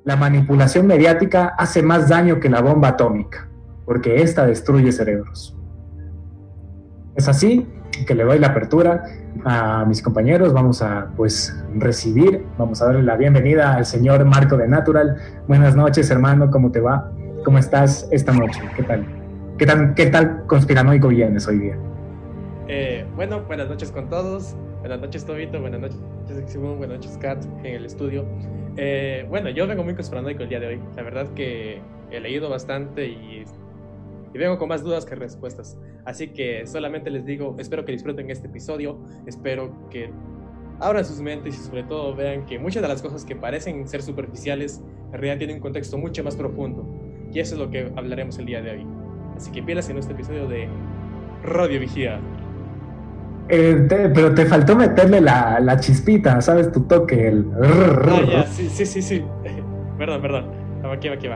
la manipulación mediática hace más daño que la bomba atómica, porque esta destruye cerebros. Es así que le doy la apertura a mis compañeros. Vamos a vamos a darle la bienvenida al señor Marco de Natural. Buenas noches, hermano, ¿cómo te va? ¿Cómo estás esta noche? ¿Qué tal conspiranoico vienes hoy día? Bueno, buenas noches con todos. Buenas noches, Tobito. Buenas noches, Simón. Buenas noches, Kat, en el estudio. Bueno, yo vengo muy conspiranoico el día de hoy. La verdad que he leído bastante y vengo con más dudas que respuestas. Así que solamente les digo, espero que disfruten este episodio. Espero que abran sus mentes y sobre todo vean que muchas de las cosas que parecen ser superficiales en realidad tienen un contexto mucho más profundo. Y eso es lo que hablaremos el día de hoy. Así que pilas en este episodio de Radio Vigía. Pero te faltó meterle la chispita, ¿sabes? Tu toque, Ya, sí. Perdón. Aquí va.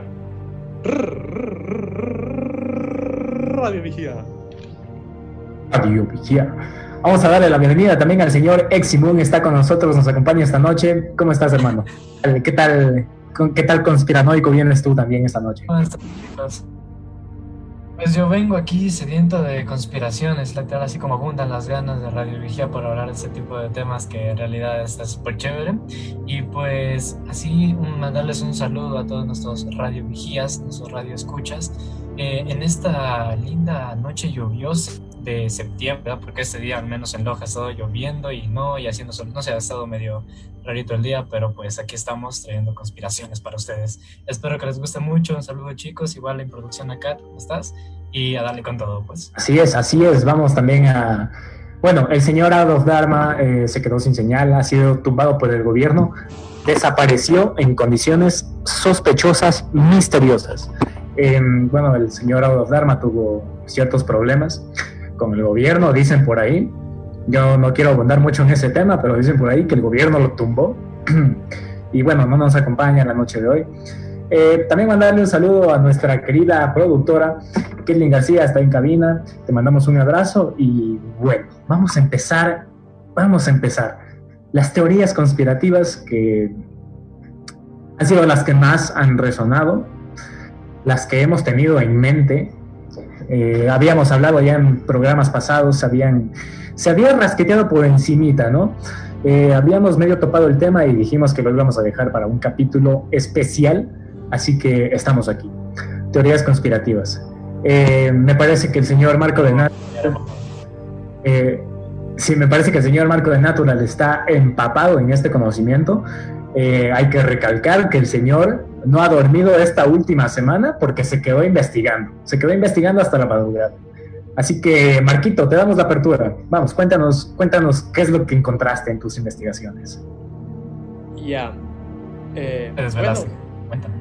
Radio Vigía. Radio Vigía. Vamos a darle la bienvenida también al señor Eximón, está con nosotros, nos acompaña esta noche. ¿Cómo estás, hermano? ¿Qué tal conspiranoico vienes tú también esta noche? ¿Cómo están, chicos? Pues yo vengo aquí sediento de conspiraciones, literal, así como abundan las ganas de Radio Vigía por hablar de este tipo de temas que en realidad está súper chévere. Y pues así mandarles un saludo a todos nuestros Radio Vigías, nuestros Radio Escuchas, en esta linda noche lluviosa de septiembre, ¿verdad? Porque este día al menos en Loja ha estado lloviendo y haciendo sol, no sé, ha estado medio rarito el día, pero pues aquí estamos trayendo conspiraciones para ustedes. Espero que les guste mucho. Un saludo, chicos, igual en producción acá, ¿cómo estás? Y a darle con todo, pues. Así es, vamos también a... Bueno, el señor Adolf Dharma se quedó sin señal, ha sido tumbado por el gobierno, desapareció en condiciones sospechosas, misteriosas. Bueno, el señor Adolf Dharma tuvo ciertos problemas con el gobierno, dicen por ahí. Yo no quiero abundar mucho en ese tema, pero dicen por ahí que el gobierno lo tumbó. Y bueno, no nos acompaña en la noche de hoy. También mandarle un saludo a nuestra querida productora, Ketlin García, está en cabina. Te mandamos un abrazo y bueno, vamos a empezar. Las teorías conspirativas que han sido las que más han resonado, las que hemos tenido en mente. Habíamos hablado ya en programas pasados, se había rasqueteado por encimita, ¿no? Habíamos medio topado el tema y dijimos que lo íbamos a dejar para un capítulo especial, así que estamos aquí. Teorías conspirativas. Me parece que el señor Marco de Natural está empapado en este conocimiento. Hay que recalcar que el señor no ha dormido esta última semana porque se quedó investigando hasta la madrugada. Así que, Marquito, te damos la apertura. Vamos, cuéntanos qué es lo que encontraste en tus investigaciones. Ya. Desvelaste. Cuéntame.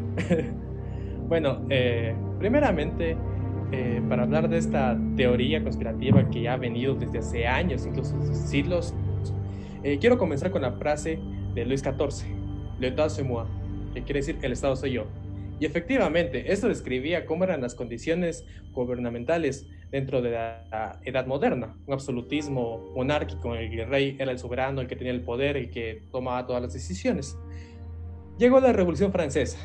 Bueno, primeramente, para hablar de esta teoría conspirativa que ya ha venido desde hace años, incluso siglos, quiero comenzar con la frase de Luis XIV, L'État c'est moi, que quiere decir el Estado soy yo. Y efectivamente, esto describía cómo eran las condiciones gubernamentales dentro de la Edad Moderna, un absolutismo monárquico en el que el rey era el soberano, el que tenía el poder, el que tomaba todas las decisiones. Llegó la Revolución Francesa,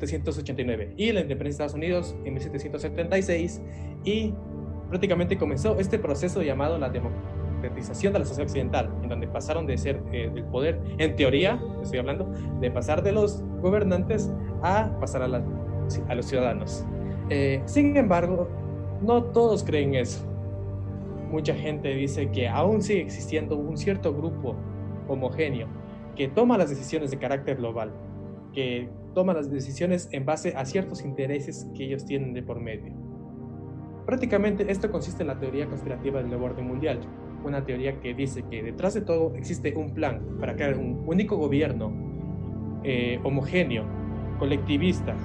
1789, y la independencia de Estados Unidos en 1776, y prácticamente comenzó este proceso llamado la democratización de la sociedad occidental, en donde pasaron de ser el poder, en teoría, estoy hablando, de pasar de los gobernantes a pasar a los ciudadanos. Sin embargo, no todos creen eso. Mucha gente dice que aún sigue existiendo un cierto grupo homogéneo que toma las decisiones de carácter global, que toma las decisiones en base a ciertos intereses que ellos tienen de por medio. Prácticamente esto consiste en la teoría conspirativa del nuevo orden mundial, una teoría que dice que detrás de todo existe un plan para crear un único gobierno homogéneo, colectivista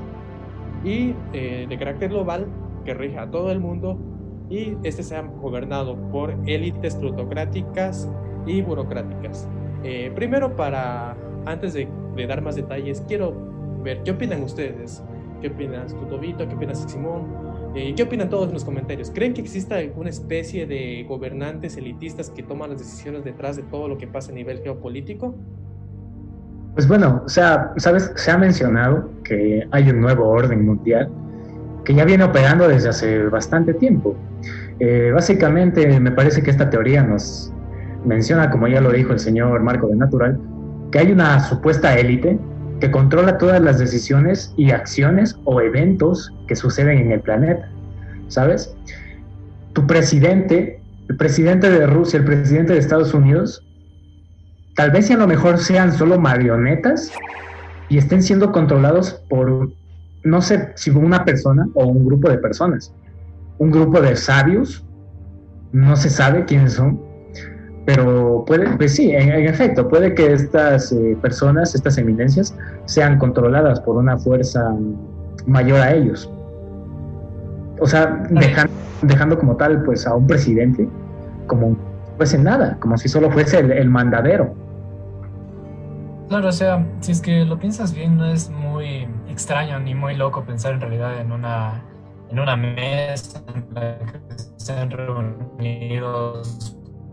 y de carácter global que rija a todo el mundo, y este sea gobernado por élites plutocráticas y burocráticas. Primero, antes de dar más detalles, quiero ver qué opinan ustedes. ¿Qué opinas tú, Tobito? ¿Qué opinas, Simón? ¿Qué opinan todos en los comentarios? ¿Creen que exista alguna especie de gobernantes elitistas que toman las decisiones detrás de todo lo que pasa a nivel geopolítico? Pues bueno, o sea, sabes, se ha mencionado que hay un nuevo orden mundial que ya viene operando desde hace bastante tiempo. Básicamente, me parece que esta teoría nos menciona, como ya lo dijo el señor Marco de Natural, que hay una supuesta élite que controla todas las decisiones y acciones o eventos que suceden en el planeta, ¿sabes? Tu presidente, el presidente de Rusia, el presidente de Estados Unidos, tal vez y a lo mejor sean solo marionetas y estén siendo controlados por, no sé si una persona o un grupo de personas, un grupo de sabios, no se sabe quiénes son, pero puede, pues sí, en efecto, puede que estas personas, estas eminencias, sean controladas por una fuerza mayor a ellos. O sea, dejando como tal, pues, a un presidente como si fuese nada, como si solo fuese el mandadero. Claro, o sea, si es que lo piensas bien, no es muy extraño ni muy loco pensar en realidad en una mesa en la que estén reunidos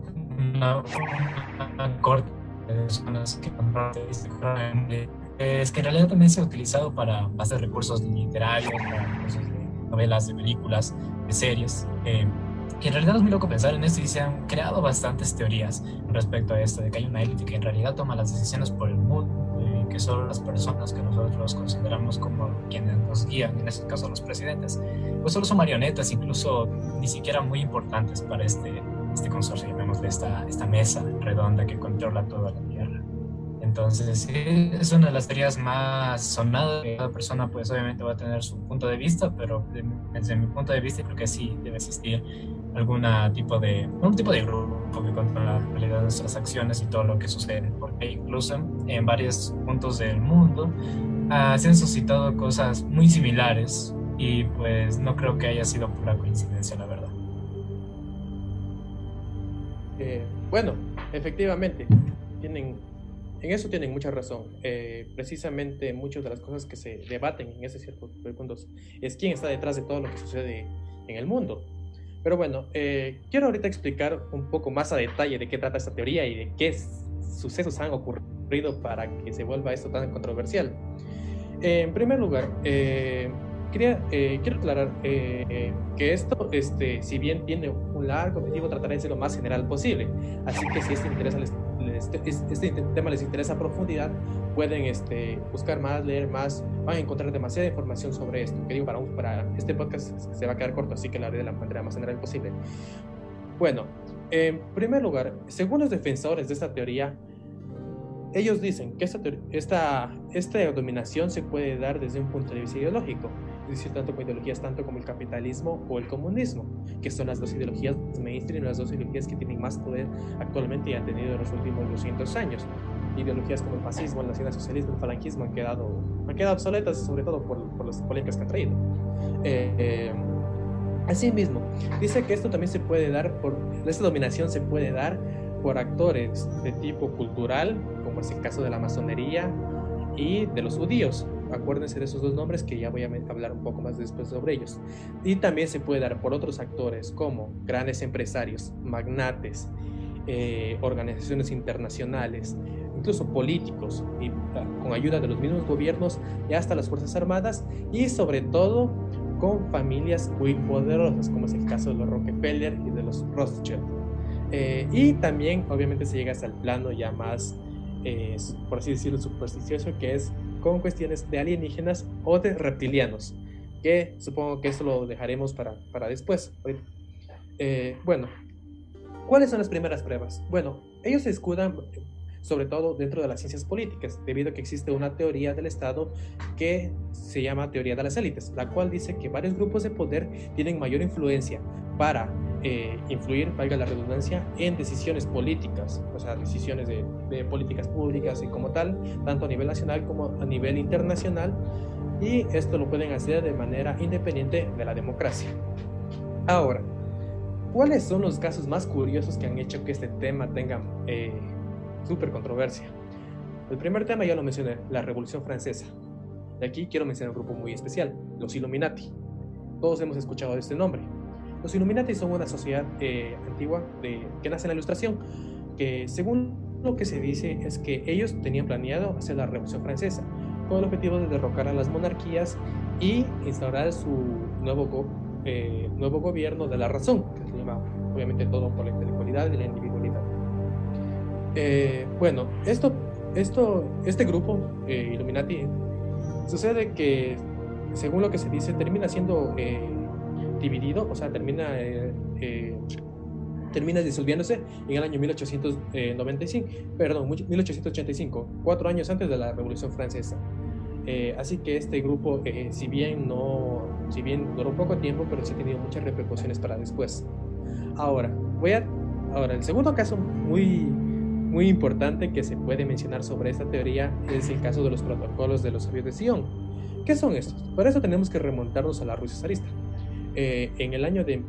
una corte de personas que es que en realidad también se ha utilizado para hacer recursos literarios, para recursos de novelas, de películas, de series. Que en realidad es muy loco pensar en esto y se han creado bastantes teorías respecto a esto, de que hay una élite que en realidad toma las decisiones por el mundo, que solo las personas que nosotros consideramos como quienes nos guían, en este caso los presidentes, pues solo son marionetas, incluso ni siquiera muy importantes para este consorcio, llamémosle esta mesa redonda que controla toda la Tierra. Entonces, sí, es una de las teorías más sonadas. Cada persona, pues, obviamente va a tener su punto de vista, pero desde mi punto de vista creo que sí debe existir algún tipo de grupo que controla la realidad de nuestras acciones y todo lo que sucede, porque incluso en varios puntos del mundo se han suscitado cosas muy similares y pues no creo que haya sido pura coincidencia, la verdad. Bueno, efectivamente, en eso tienen mucha razón. Precisamente muchas de las cosas que se debaten en ese cierto puntos es quién está detrás de todo lo que sucede en el mundo. Pero bueno, quiero ahorita explicar un poco más a detalle de qué trata esta teoría y de qué sucesos han ocurrido para que se vuelva esto tan controversial. En primer lugar, quiero aclarar que esto, si bien tiene un largo objetivo, trataré de ser lo más general posible. Así que si este tema les interesa a profundidad, pueden buscar más, leer más, van a encontrar demasiada información sobre esto. Que digo, para este podcast se va a quedar corto, así que lo haré de la manera más general posible. Bueno, en primer lugar, según los defensores de esta teoría, ellos dicen que esta dominación se puede dar desde un punto de vista ideológico, es decir, tanto como el capitalismo o el comunismo, que son las dos ideologías mainstream, las dos ideologías que tienen más poder actualmente y han tenido en los últimos 200 años. Ideologías como el fascismo, el nacionalsocialismo, el falangismo han quedado obsoletas, sobre todo por las polémicas que han traído. Asimismo, dice que esta dominación se puede dar por actores de tipo cultural, como es el caso de la masonería y de los judíos. Acuérdense de esos dos nombres, que ya voy a hablar un poco más después sobre ellos. Y también se puede dar por otros actores como grandes empresarios, magnates, organizaciones internacionales, incluso políticos, y con ayuda de los mismos gobiernos y hasta las Fuerzas Armadas, y sobre todo con familias muy poderosas, como es el caso de los Rockefeller y de los Rothschild. Y también obviamente se llega hasta el plano ya más, por así decirlo, supersticioso, que es con cuestiones de alienígenas o de reptilianos, que supongo que eso lo dejaremos para después. Bueno, ¿cuáles son las primeras pruebas? Bueno, ellos se escudan sobre todo dentro de las ciencias políticas, debido a que existe una teoría del Estado que se llama teoría de las élites, la cual dice que varios grupos de poder tienen mayor influencia para influir, valga la redundancia, en decisiones políticas, o sea, decisiones de políticas públicas y como tal, tanto a nivel nacional como a nivel internacional, y esto lo pueden hacer de manera independiente de la democracia. Ahora, ¿cuáles son los casos más curiosos que han hecho que este tema tenga súper controversia? El primer tema ya lo mencioné, la Revolución Francesa. De aquí quiero mencionar un grupo muy especial, los Illuminati. Todos hemos escuchado de este nombre. Los Illuminati son una sociedad antigua que nace en la Ilustración, que según lo que se dice es que ellos tenían planeado hacer la Revolución Francesa con el objetivo de derrocar a las monarquías y instaurar su nuevo gobierno de la razón, que se llama obviamente todo por la intelectualidad y la individualidad. Bueno, este grupo, Illuminati, sucede que, según lo que se dice, termina siendo dividido, o sea, termina disolviéndose en el año 1885, 4 años antes de la Revolución Francesa. Así que este grupo, si bien duró poco tiempo, pero sí ha tenido muchas repercusiones para después. Ahora, el segundo caso muy importante que se puede mencionar sobre esta teoría es el caso de los protocolos de los sabios de Sion. ¿Qué son estos? Para eso tenemos que remontarnos a la Rusia zarista. En el año de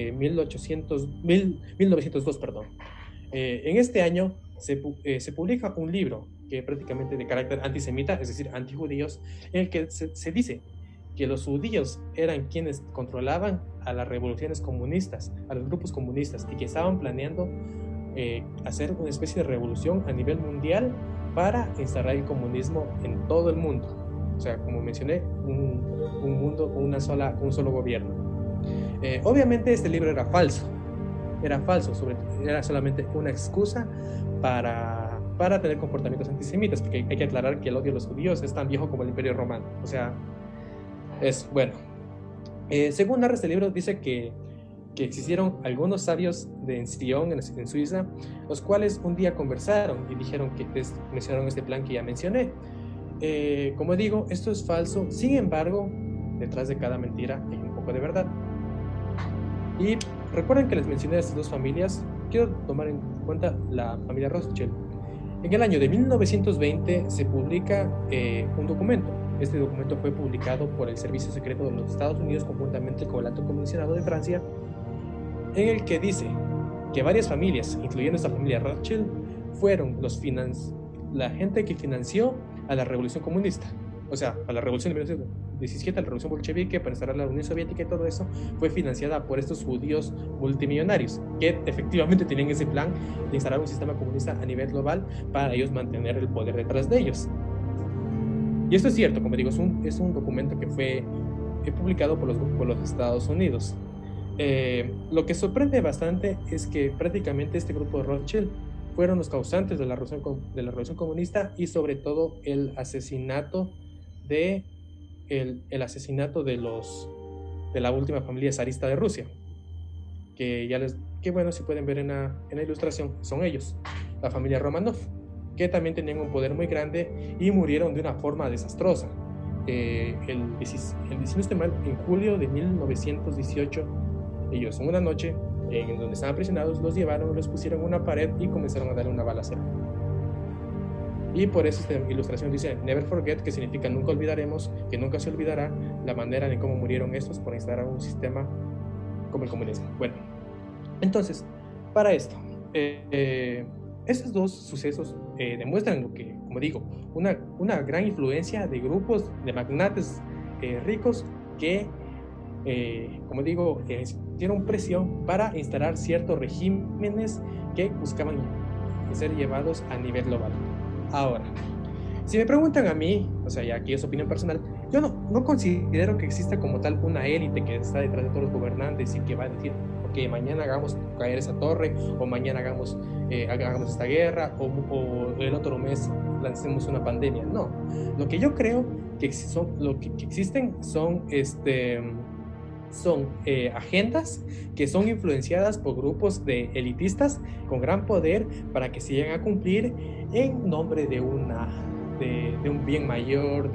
1902, en este año se publica un libro que prácticamente de carácter antisemita, es decir, antijudíos, en el que se dice que los judíos eran quienes controlaban a las revoluciones comunistas, a los grupos comunistas, y que estaban planeando hacer una especie de revolución a nivel mundial para instaurar el comunismo en todo el mundo. O sea, como mencioné, un mundo con un solo gobierno. Obviamente este libro era falso, era solamente una excusa para tener comportamientos antisemitas, porque hay que aclarar que el odio a los judíos es tan viejo como el Imperio Romano. O sea, es bueno. Según narra este libro, dice que existieron algunos sabios de Sion, en Suiza, los cuales un día conversaron y mencionaron este plan que ya mencioné. Como digo, esto es falso, sin embargo, detrás de cada mentira hay un poco de verdad. Y recuerden que les mencioné a estas dos familias. Quiero tomar en cuenta la familia Rothschild. En el año de 1920 se publica un documento. Este documento fue publicado por el Servicio Secreto de los Estados Unidos conjuntamente con el Alto Comisionado de Francia, en el que dice que varias familias, incluyendo esta familia Rothschild, fueron la gente que financió a la Revolución Comunista. O sea, a la Revolución de 1917, a la Revolución Bolchevique, para instaurar la Unión Soviética y todo eso, fue financiada por estos judíos multimillonarios, que efectivamente tenían ese plan de instalar un sistema comunista a nivel global para ellos mantener el poder detrás de ellos. Y esto es cierto, como digo, es un documento que fue publicado por los Estados Unidos. Lo que sorprende bastante es que prácticamente este grupo de Rothschild fueron los causantes de la Revolución Comunista, y sobre todo el asesinato de la última familia zarista de Rusia, que bueno, si pueden ver en la ilustración, son ellos, la familia Romanov, que también tenían un poder muy grande y murieron de una forma desastrosa. En julio de 1918, ellos en una noche en donde estaban aprisionados, los llevaron, los pusieron en una pared y comenzaron a darle una balacera. Y por eso esta ilustración dice Never Forget, que significa nunca olvidaremos, que nunca se olvidará la manera en cómo murieron estos por instaurar un sistema como el comunismo. Bueno, entonces, para esto, estos dos sucesos demuestran lo que, como digo, una gran influencia de grupos de magnates ricos que, como digo, hicieron presión para instalar ciertos regímenes que buscaban ser llevados a nivel global. Ahora, si me preguntan a mí, o sea, ya aquí es opinión personal, yo no considero que exista como tal una élite que está detrás de todos los gobernantes y que va a decir, ok, mañana hagamos caer esa torre, o mañana hagamos esta guerra, o el otro mes lancemos una pandemia. No, lo que yo creo que existen son agendas que son influenciadas por grupos de elitistas con gran poder para que se lleguen a cumplir en nombre de un bien mayor,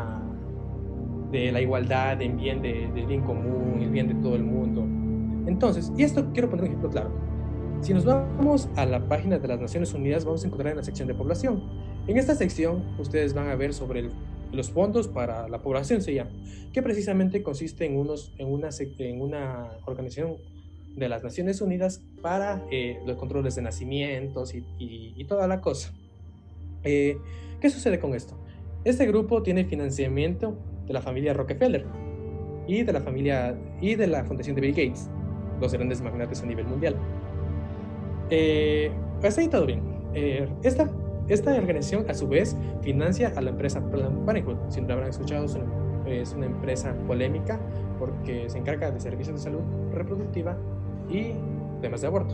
de la igualdad, del bien común, el bien de todo el mundo. Entonces, y esto quiero poner un ejemplo claro. Si nos vamos a la página de las Naciones Unidas, vamos a encontrar en la sección de población. En esta sección ustedes van a ver sobre los fondos para la población, se llama, que precisamente consiste en una organización de las Naciones Unidas para los controles de nacimientos y toda la cosa. ¿Qué sucede con esto? Este grupo tiene financiamiento de la familia Rockefeller y de la fundación de Bill Gates, los grandes magnates a nivel mundial. Hasta ahí todo bien. Esta organización, a su vez, financia a la empresa Planned Parenthood. Siempre habrán escuchado, es una empresa polémica porque se encarga de servicios de salud reproductiva y temas de aborto.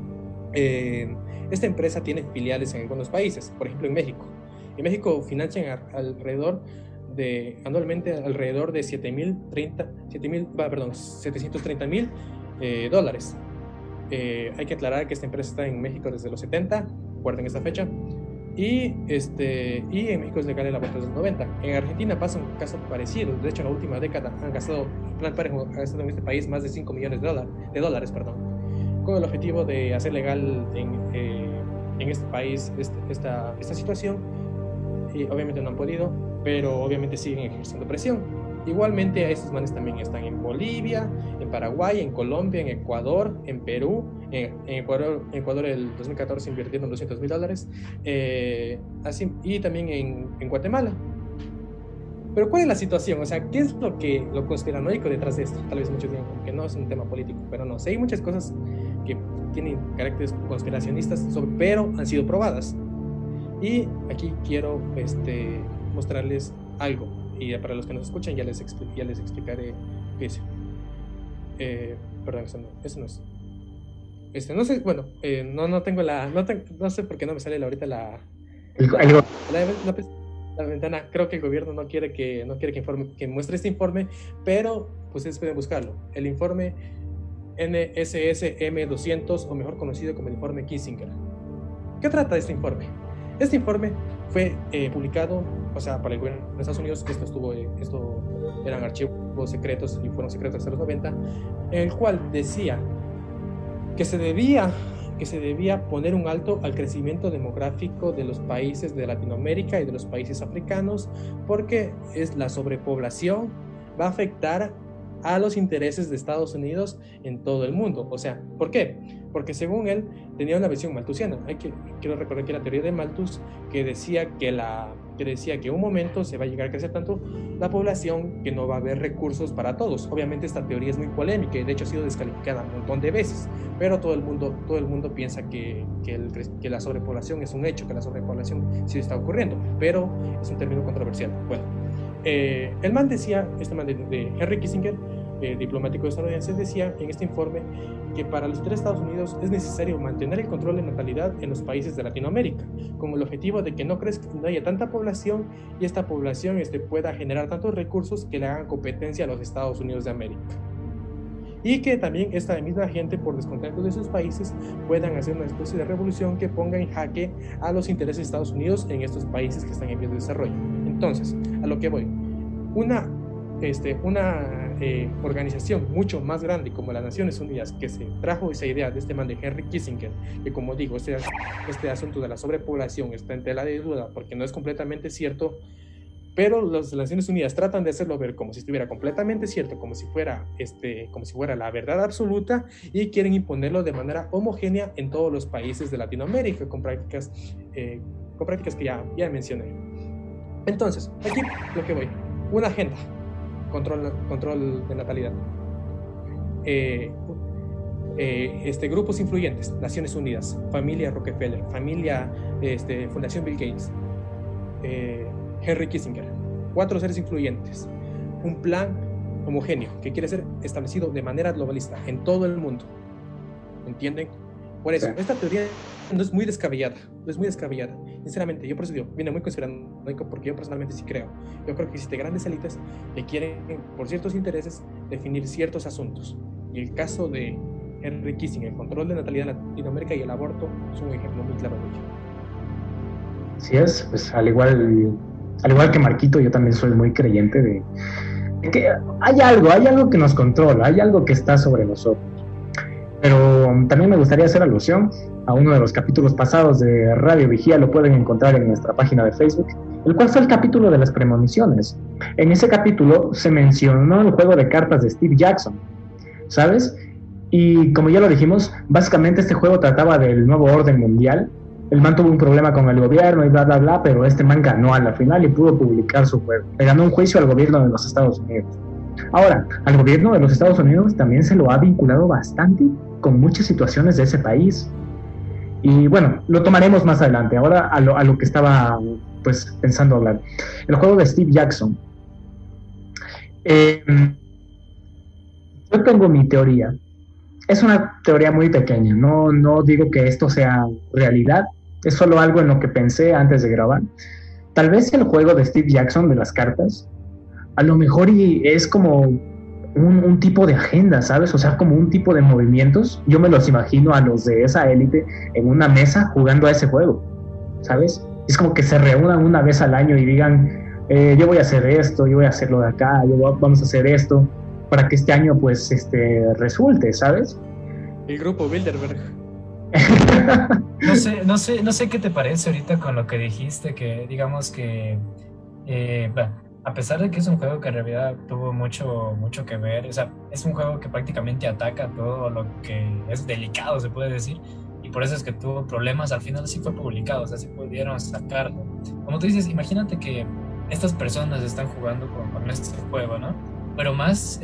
Esta empresa tiene filiales en algunos países, por ejemplo en México. En México financian anualmente alrededor de $730,000. Hay que aclarar que esta empresa está en México desde los 70, guarden esta fecha, y en México es legal el aborto desde los 90. En Argentina pasa un caso parecido. De hecho, en la última década Planned Parenthood ha gastado en este país más de $5 millones de dólares, con el objetivo de hacer legal en este país esta situación. Y obviamente no han podido, pero obviamente siguen ejerciendo presión. Igualmente a estos manes también están en Bolivia, en Paraguay, en Colombia, en Ecuador, en Perú. En Ecuador el 2014 invirtieron $200,000, así, y también en Guatemala. Pero ¿cuál es la situación? O sea, ¿qué es lo conspiranoico detrás de esto? Tal vez muchos digan que no es un tema político, pero no. Sí, hay muchas cosas que tienen caracteres conspiracionistas, pero han sido probadas. Y aquí quiero mostrarles algo. Y para los que nos escuchan ya les explicaré qué es. Perdón, eso no es. No sé, bueno, no tengo no sé por qué no me sale ahorita la ventana. Creo que el gobierno no quiere que muestre este informe, pero pues ustedes pueden buscarlo. El informe NSSM-200, o mejor conocido como el informe Kissinger. ¿Qué trata este informe? Este informe fue publicado, o sea, para el gobierno de Estados Unidos. Esto eran archivos secretos y fueron secretos hasta los 90, en el cual decía que se debía poner un alto al crecimiento demográfico de los países de Latinoamérica y de los países africanos, porque la sobrepoblación va a afectar a los intereses de Estados Unidos en todo el mundo. O sea, ¿por qué? Porque según él tenía una visión malthusiana. Quiero recordar que la teoría de Malthus, que decía que en un momento se va a llegar a crecer tanto la población que no va a haber recursos para todos. Obviamente esta teoría es muy polémica y de hecho ha sido descalificada un montón de veces, pero todo el mundo piensa que la sobrepoblación es un hecho, que la sobrepoblación sí está ocurriendo, pero es un término controversial. Bueno, el man decía, de Henry Kissinger, diplomático estadounidense, decía en este informe que para los Estados Unidos es necesario mantener el control de natalidad en los países de Latinoamérica, con el objetivo de que no haya tanta población y esta población pueda generar tantos recursos que le hagan competencia a los Estados Unidos de América. Y que también esta misma gente, por descontento de sus países, puedan hacer una especie de revolución que ponga en jaque a los intereses de Estados Unidos en estos países que están en vías de desarrollo. Entonces, a lo que voy, una organización mucho más grande como las Naciones Unidas, que se trajo esa idea de este man de Henry Kissinger, que como digo, este asunto de la sobrepoblación está en tela de duda porque no es completamente cierto, pero las Naciones Unidas tratan de hacerlo ver como si estuviera completamente cierto, como si fuera la verdad absoluta, y quieren imponerlo de manera homogénea en todos los países de Latinoamérica con prácticas que ya mencioné. Entonces, aquí lo que voy, una agenda, control de natalidad, grupos influyentes, Naciones Unidas, familia Rockefeller, familia Fundación Bill Gates, Henry Kissinger, 4 seres influyentes, un plan homogéneo que quiere ser establecido de manera globalista en todo el mundo. ¿Entienden? Por eso, esta teoría no es muy descabellada, sinceramente. Yo por eso digo, viene muy conspiranoico, porque yo personalmente sí creo. Yo creo que existen grandes élites que quieren, por ciertos intereses, definir ciertos asuntos. Y el caso de Henry Kissinger, el control de natalidad en Latinoamérica y el aborto, es un ejemplo muy claro de ello. Así es, pues al igual que Marquito, yo también soy muy creyente de que hay algo que nos controla, hay algo que está sobre nosotros. Pero también me gustaría hacer alusión a uno de los capítulos pasados de Radio Vigía. Lo pueden encontrar en nuestra página de Facebook, el cual fue el capítulo de las premoniciones. En ese capítulo se mencionó el juego de cartas de Steve Jackson, ¿sabes? Y como ya lo dijimos, básicamente este juego trataba del nuevo orden mundial. El man tuvo un problema con el gobierno y bla bla bla, pero este man ganó a la final y pudo publicar su juego. Le ganó un juicio al gobierno de los Estados Unidos. Ahora, al gobierno de los Estados Unidos también se lo ha vinculado bastante con muchas situaciones de ese país. Y bueno, lo tomaremos más adelante. Ahora a lo que estaba pues pensando hablar. El juego de Steve Jackson. Yo tengo mi teoría. Es una teoría muy pequeña. No digo que esto sea realidad. Es solo algo en lo que pensé antes de grabar. Tal vez el juego de Steve Jackson de las cartas, a lo mejor y es como un tipo de agenda, ¿sabes? O sea, como un tipo de movimientos. Yo me los imagino a los de esa élite en una mesa jugando a ese juego, ¿sabes? Es como que se reúnan una vez al año y digan, yo voy a hacer esto, yo voy a hacerlo de acá, vamos a hacer esto, para que este año pues resulte, ¿sabes? El grupo Bilderberg. No sé qué te parece ahorita con lo que dijiste, que digamos que bueno, a pesar de que es un juego que en realidad tuvo mucho que ver, o sea, es un juego que prácticamente ataca todo lo que es delicado, se puede decir, y por eso es que tuvo problemas. Al final sí fue publicado, o sea, sí pudieron sacarlo. Como tú dices, imagínate que estas personas están jugando con este juego, ¿no? Pero más,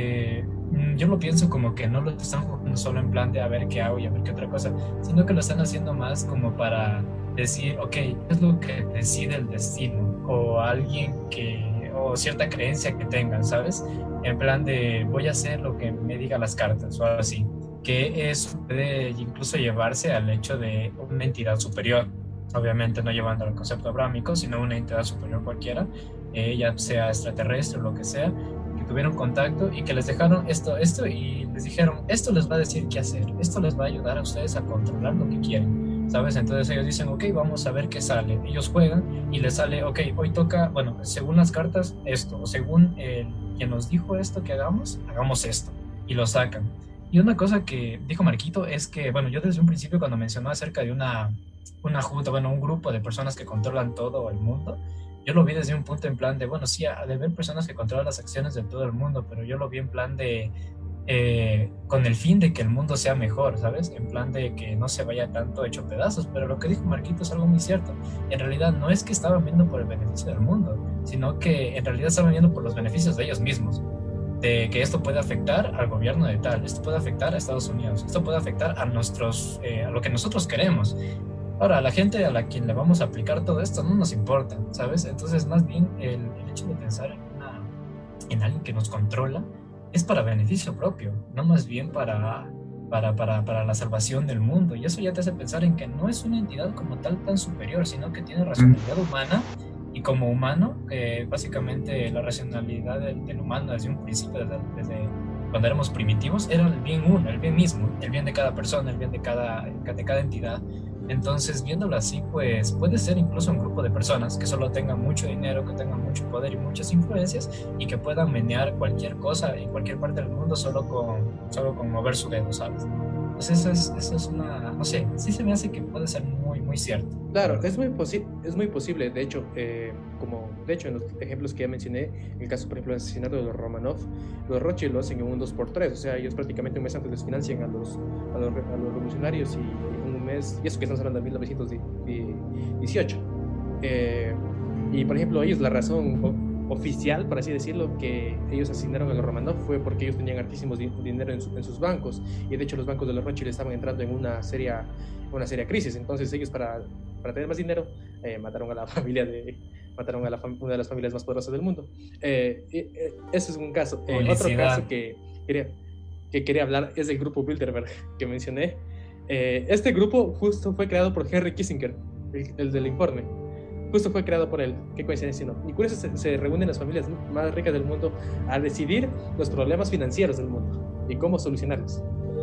yo lo pienso como que no lo están jugando solo en plan de a ver qué hago y a ver qué otra cosa, sino que lo están haciendo más como para decir, ok, ¿qué es lo que decide el destino? O alguien o cierta creencia que tengan, ¿sabes? En plan de voy a hacer lo que me diga las cartas o algo así, que eso puede incluso llevarse al hecho de una entidad superior, obviamente no llevando al concepto abrámico, sino una entidad superior cualquiera, ya sea extraterrestre o lo que sea, que tuvieron contacto y que les dejaron esto y les dijeron, esto les va a decir qué hacer, esto les va a ayudar a ustedes a controlar lo que quieren, ¿sabes? Entonces ellos dicen, ok, vamos a ver qué sale. Ellos juegan y les sale, ok, hoy toca, bueno, según las cartas, esto, o según quien nos dijo esto que hagamos esto, y lo sacan. Y una cosa que dijo Marquito es que, bueno, yo desde un principio cuando mencionó acerca de una junta, bueno, un grupo de personas que controlan todo el mundo, yo lo vi desde un punto en plan de, bueno, sí, ha de haber personas que controlan las acciones de todo el mundo, pero yo lo vi en plan de, con el fin de que el mundo sea mejor, ¿sabes? En plan de que no se vaya tanto hecho pedazos, pero lo que dijo Marquito es algo muy cierto. En realidad no es que estaban viendo por el beneficio del mundo, sino que en realidad estaban viendo por los beneficios de ellos mismos, de que esto puede afectar al gobierno de tal, esto puede afectar a Estados Unidos, esto puede afectar a a lo que nosotros queremos. Ahora, a la gente a la quien le vamos a aplicar todo esto no nos importa, ¿sabes? Entonces, más bien, el hecho de pensar en alguien que nos controla es para beneficio propio, no más bien para la salvación del mundo. Y eso ya te hace pensar en que no es una entidad como tal tan superior, sino que tiene racionalidad humana. Y como humano, básicamente la racionalidad del humano desde un principio, desde cuando éramos primitivos, era el bien uno, el bien mismo, el bien de cada persona, el bien de cada entidad. Entonces, viéndolo así, pues puede ser incluso un grupo de personas que solo tengan mucho dinero, que tengan mucho poder y muchas influencias y que puedan menear cualquier cosa en cualquier parte del mundo solo con mover su dedo, ¿sabes? Entonces, eso es una, no sé, sí se me hace que puede ser muy, muy cierto. Claro, es muy posible. De hecho, en los ejemplos que ya mencioné, en el caso, por ejemplo, del asesinato de los Romanov, los Rothschild lo hacen en un 2x3, o sea, ellos prácticamente un mes antes les financian a los revolucionarios y un mes, y eso que estamos hablando de 1918. Y, por ejemplo, ellos, la razón oficial, por así decirlo, que ellos asesinaron a los Romanov fue porque ellos tenían hartísimos dinero en sus bancos, y de hecho los bancos de los Rothschild estaban entrando en una seria crisis. Entonces ellos para tener más dinero mataron a una de las familias más poderosas del mundo. Ese es un caso. Otro caso que quería hablar es del grupo Bilderberg que mencioné. Este grupo justo fue creado por Henry Kissinger, el del informe. Justo fue creado por él. Qué coincidencia, ¿no? Y por eso se reúnen las familias más ricas del mundo a decidir los problemas financieros del mundo y cómo solucionarlos.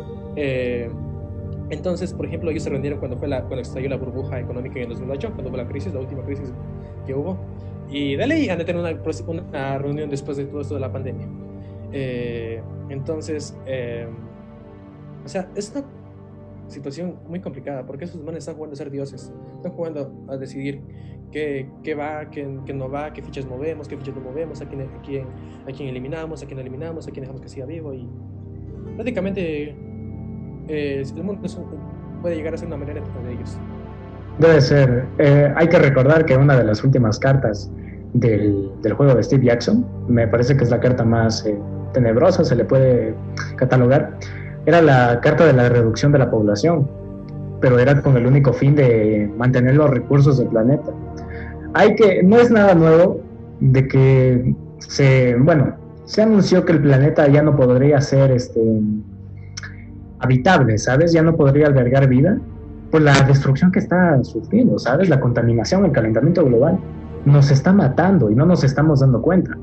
Entonces, por ejemplo, ellos se reunieron cuando estalló la burbuja económica en el 2008, cuando fue la última crisis que hubo. Y de ley han de tener una reunión después de todo esto de la pandemia. Entonces, o sea, es una situación muy complicada porque esos manes están jugando a ser dioses, están jugando a decidir qué va, qué no va, qué fichas movemos, qué fichas no movemos, a quién eliminamos, a quién no eliminamos, a quién dejamos que siga vivo. Y prácticamente el mundo puede llegar a ser una marioneta de ellos. Debe ser. Hay que recordar que una de las últimas cartas del juego de Steve Jackson, me parece que es la carta más tenebrosa, se le puede catalogar, era la carta de la reducción de la población. pero era con el único fin de mantener los recursos del planeta. No es nada nuevo de que se anunció que el planeta ya no podría ser habitable, ¿sabes? Ya no podría albergar vida por la destrucción que está sufriendo, ¿sabes? La contaminación, el calentamiento global nos está matando y no nos estamos dando cuenta.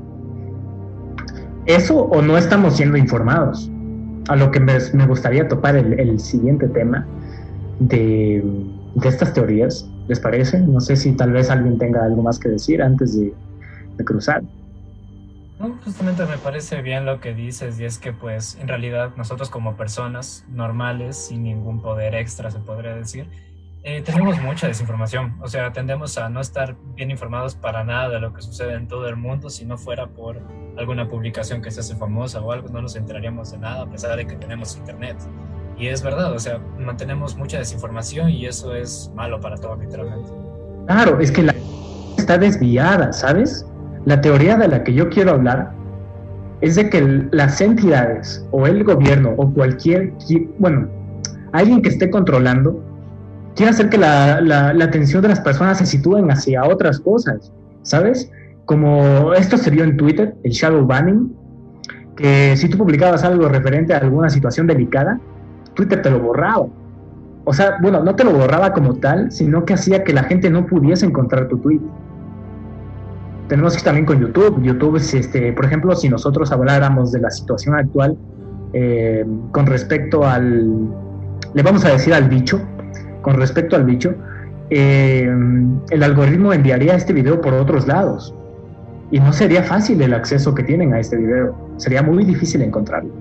¿Eso o no estamos siendo informados? A lo que me gustaría topar el siguiente tema de estas teorías, ¿les parece? No sé si tal vez alguien tenga algo más que decir antes de cruzar. No, justamente me parece bien lo que dices, y es que pues en realidad nosotros como personas normales, sin ningún poder extra se podría decir, tenemos mucha desinformación. O sea, tendemos a no estar bien informados para nada de lo que sucede en todo el mundo. Si no fuera por alguna publicación que se hace famosa o algo, no nos enteraríamos de nada, a pesar de que tenemos internet. Y es verdad, o sea, mantenemos mucha desinformación y eso es malo para todos, literalmente. Claro, es que la está desviada, ¿sabes? La teoría de la que yo quiero hablar es de que las entidades o el gobierno o alguien que esté controlando quiere hacer que la atención de las personas se sitúen hacia otras cosas, ¿sabes? Como esto se vio en Twitter, el shadow banning, que si tú publicabas algo referente a alguna situación delicada, Twitter te lo borraba. O sea, bueno, no te lo borraba como tal, sino que hacía que la gente no pudiese encontrar tu tweet. Tenemos que también con YouTube. YouTube es, por ejemplo, si nosotros habláramos de la situación actual con respecto le vamos a decir al bicho, con respecto al bicho, el algoritmo enviaría este video por otros lados y no sería fácil el acceso que tienen a este video, sería muy difícil encontrarlo.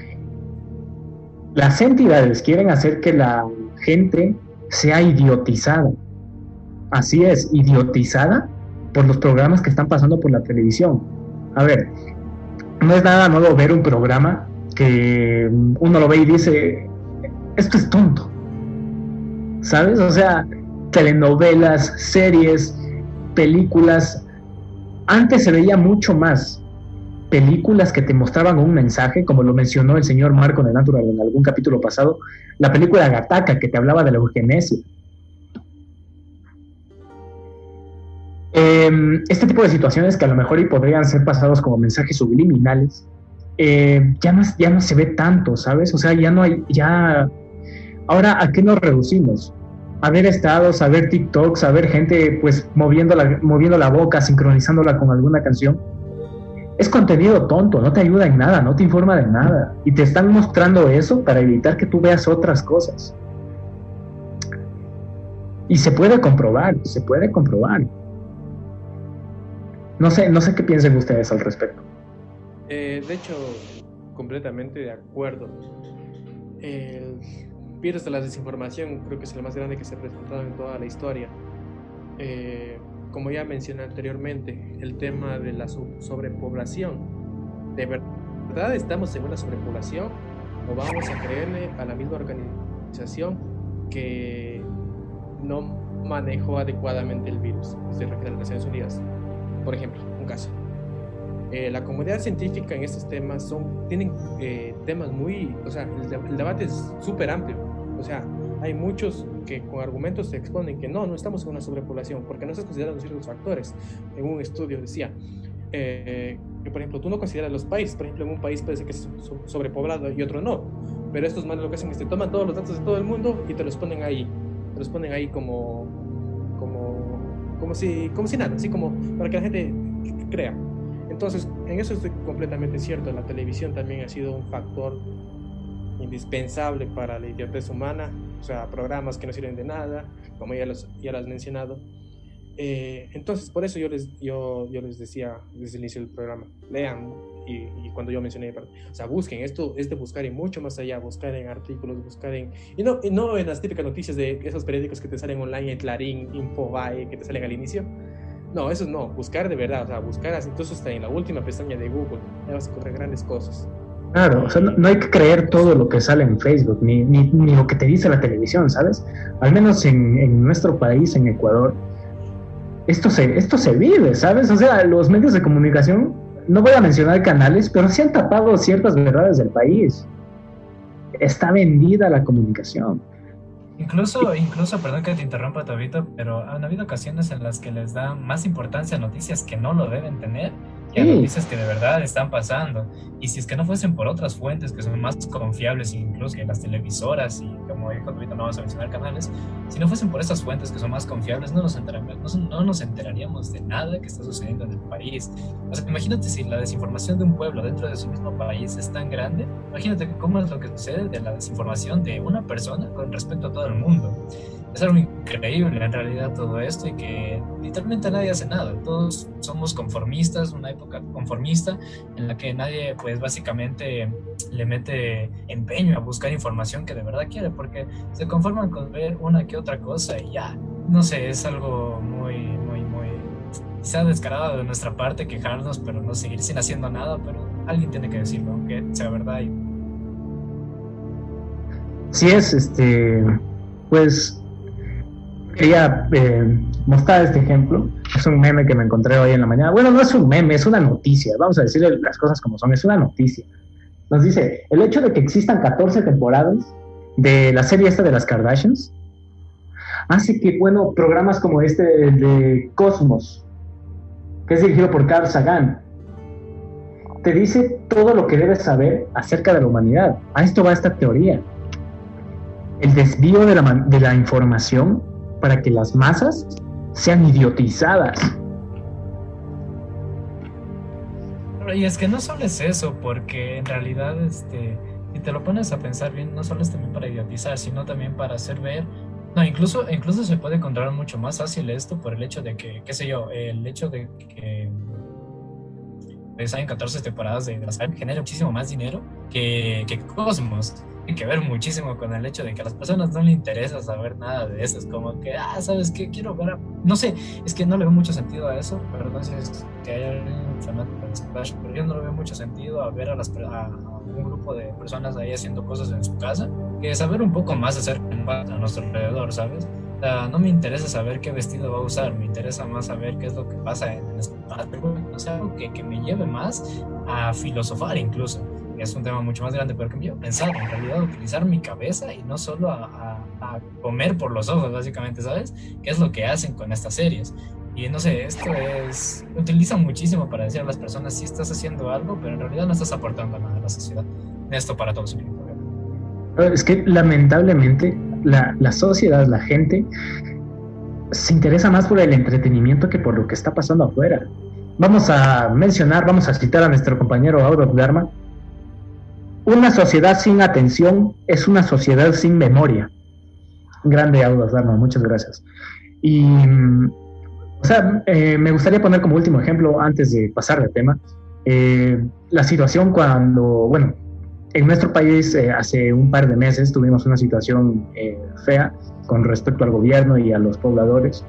Las entidades quieren hacer que la gente sea idiotizada, así es, idiotizada por los programas que están pasando por la televisión. A ver, no es nada nuevo ver un programa que uno lo ve y dice, esto es tonto, ¿sabes? O sea, telenovelas, series, películas. Antes se veía mucho más películas que te mostraban un mensaje, como lo mencionó el señor Marco de Natural en algún capítulo pasado, la película Gattaca, que te hablaba de la eugenesia. Este tipo de situaciones que a lo mejor podrían ser pasados como mensajes subliminales, ya no se ve tanto, ¿sabes? O sea, ya no hay, ahora, ¿a qué nos reducimos? A ver estados, a ver TikToks, a ver gente pues moviendo la boca, sincronizándola con alguna canción. Es contenido tonto, no te ayuda en nada, no te informa de nada, y te están mostrando eso para evitar que tú veas otras cosas. Y se puede comprobar. No sé qué piensen ustedes al respecto. De hecho, completamente de acuerdo. El virus de la desinformación creo que es el más grande que se ha presentado en toda la historia. Como ya mencioné anteriormente, el tema de la sobrepoblación. ¿De verdad estamos en una sobrepoblación o vamos a creerle a la misma organización que no manejó adecuadamente el virus? Se refiere a las Naciones Unidas. Por ejemplo, un caso. La comunidad científica en estos temas tienen temas muy... O sea, el debate es súper amplio. O sea, hay muchos que con argumentos se exponen que no estamos en una sobrepoblación porque no se consideran ciertos factores. En un estudio decía que, por ejemplo, tú no consideras los países. Por ejemplo, en un país puede ser que es sobrepoblado y otro no. Pero estos manes lo que hacen es que toman todos los datos de todo el mundo y te los ponen ahí. Te los ponen ahí como si nada, así como para que la gente crea. Entonces, en eso estoy completamente cierto. La televisión también ha sido un factor indispensable para la idiotez humana. O sea, programas que no sirven de nada, como ya lo has mencionado. Entonces, por eso yo les decía desde el inicio del programa, lean, y cuando yo mencioné, o sea, busquen, esto es de buscar y mucho más allá, buscar en artículos, y no en las típicas noticias de esos periódicos que te salen online, el Clarín, Infobae, que te salen al inicio. No, eso no, buscar de verdad, o sea, buscar incluso hasta en la última pestaña de Google, ya vas a encontrar grandes cosas. Claro, o sea, no hay que creer todo lo que sale en Facebook, ni lo que te dice la televisión, ¿sabes? Al menos en nuestro país, en Ecuador, esto se vive, ¿sabes? O sea, los medios de comunicación, no voy a mencionar canales, pero sí han tapado ciertas verdades del país. Está vendida la comunicación. Incluso, perdón que te interrumpa, Tobito, pero han habido ocasiones en las que les dan más importancia a noticias que no lo deben tener que a Sí, noticias que de verdad están pasando. Y si es que no fuesen por otras fuentes que son más confiables, incluso que las televisoras y como dijo Tobito, no vamos a mencionar canales, si no fuesen por esas fuentes que son más confiables, no nos enteraríamos de nada que está sucediendo en el país. O sea, imagínate si la desinformación de un pueblo dentro de su mismo país es tan grande, imagínate cómo es lo que sucede de la desinformación de una persona con respecto a todo el mundo. Es algo increíble en realidad todo esto y que literalmente nadie hace nada. Todos somos conformistas, una época conformista en la que nadie pues básicamente le mete empeño a buscar información que de verdad quiere porque se conforman con ver una que otra cosa y ya, no sé, es algo muy quizá descarado de nuestra parte quejarnos, pero no seguir sin haciendo nada, pero alguien tiene que decirlo, aunque sea verdad. sí es, pues quería mostrar este ejemplo. Es un meme que me encontré hoy en la mañana. Bueno, no es un meme, es una noticia. Vamos a decirle las cosas como son. Es una noticia. Nos dice, el hecho de que existan 14 temporadas de la serie esta de las Kardashians hace que, bueno, programas como este de Cosmos, que es dirigido por Carl Sagan, te dice todo lo que debes saber acerca de la humanidad. A esto va esta teoría. El desvío de la información para que las masas sean idiotizadas. Y es que no solo es eso, porque en realidad, si te lo pones a pensar bien, no solo es también para idiotizar, sino también para hacer ver. No, incluso se puede controlar mucho más fácil esto por el hecho de que, qué sé yo, el hecho de que pues, hay 14 temporadas de la saga genera muchísimo más dinero que Cosmos. Tiene que ver muchísimo con el hecho de que a las personas no les interesa saber nada de eso. Es como que, ¿sabes qué? Quiero ver no sé, es que no le veo mucho sentido a eso, perdón si es que hay algún fanático de Splash, pero yo no le veo mucho sentido a ver a un grupo de personas ahí haciendo cosas en su casa, que saber un poco más acerca de a nuestro alrededor, ¿sabes? O sea, no me interesa saber qué vestido va a usar, me interesa más saber qué es lo que pasa en el espacio, o sea, algo que me lleve más a filosofar incluso. Es un tema mucho más grande, pero que me lleva a pensar, en realidad, utilizar mi cabeza y no solo a comer por los ojos, básicamente, ¿sabes? ¿Qué es lo que hacen con estas series? Y no sé, utilizan muchísimo para decir a las personas si estás haciendo algo, pero en realidad no estás aportando nada a la sociedad. Esto para todos. Es que lamentablemente la sociedad, la gente, se interesa más por el entretenimiento que por lo que está pasando afuera. Vamos a citar a nuestro compañero Aurok Dharma. Una sociedad sin atención es una sociedad sin memoria. Grande Aurok Dharma, muchas gracias. Y, o sea, me gustaría poner como último ejemplo, antes de pasar de tema, la situación cuando, bueno, en nuestro país hace un par de meses tuvimos una situación fea con respecto al gobierno y a los pobladores.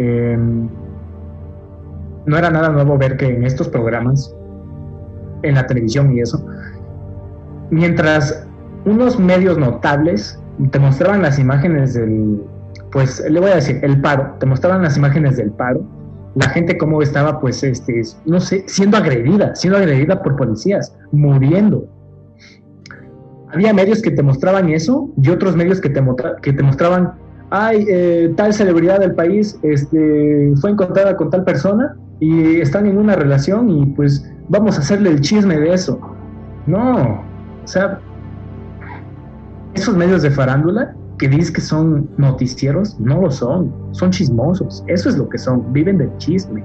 No era nada nuevo ver que en estos programas, en la televisión y eso, mientras unos medios notables te mostraban las imágenes pues le voy a decir, el paro, te mostraban las imágenes del paro, la gente cómo estaba, pues, no sé, siendo agredida por policías, muriendo. Había medios que te mostraban eso y otros medios que te mostraban, tal celebridad del país fue encontrada con tal persona y están en una relación y pues vamos a hacerle el chisme de eso. No, o sea, esos medios de farándula que dices que son noticieros, no lo son chismosos, eso es lo que son, viven del chisme.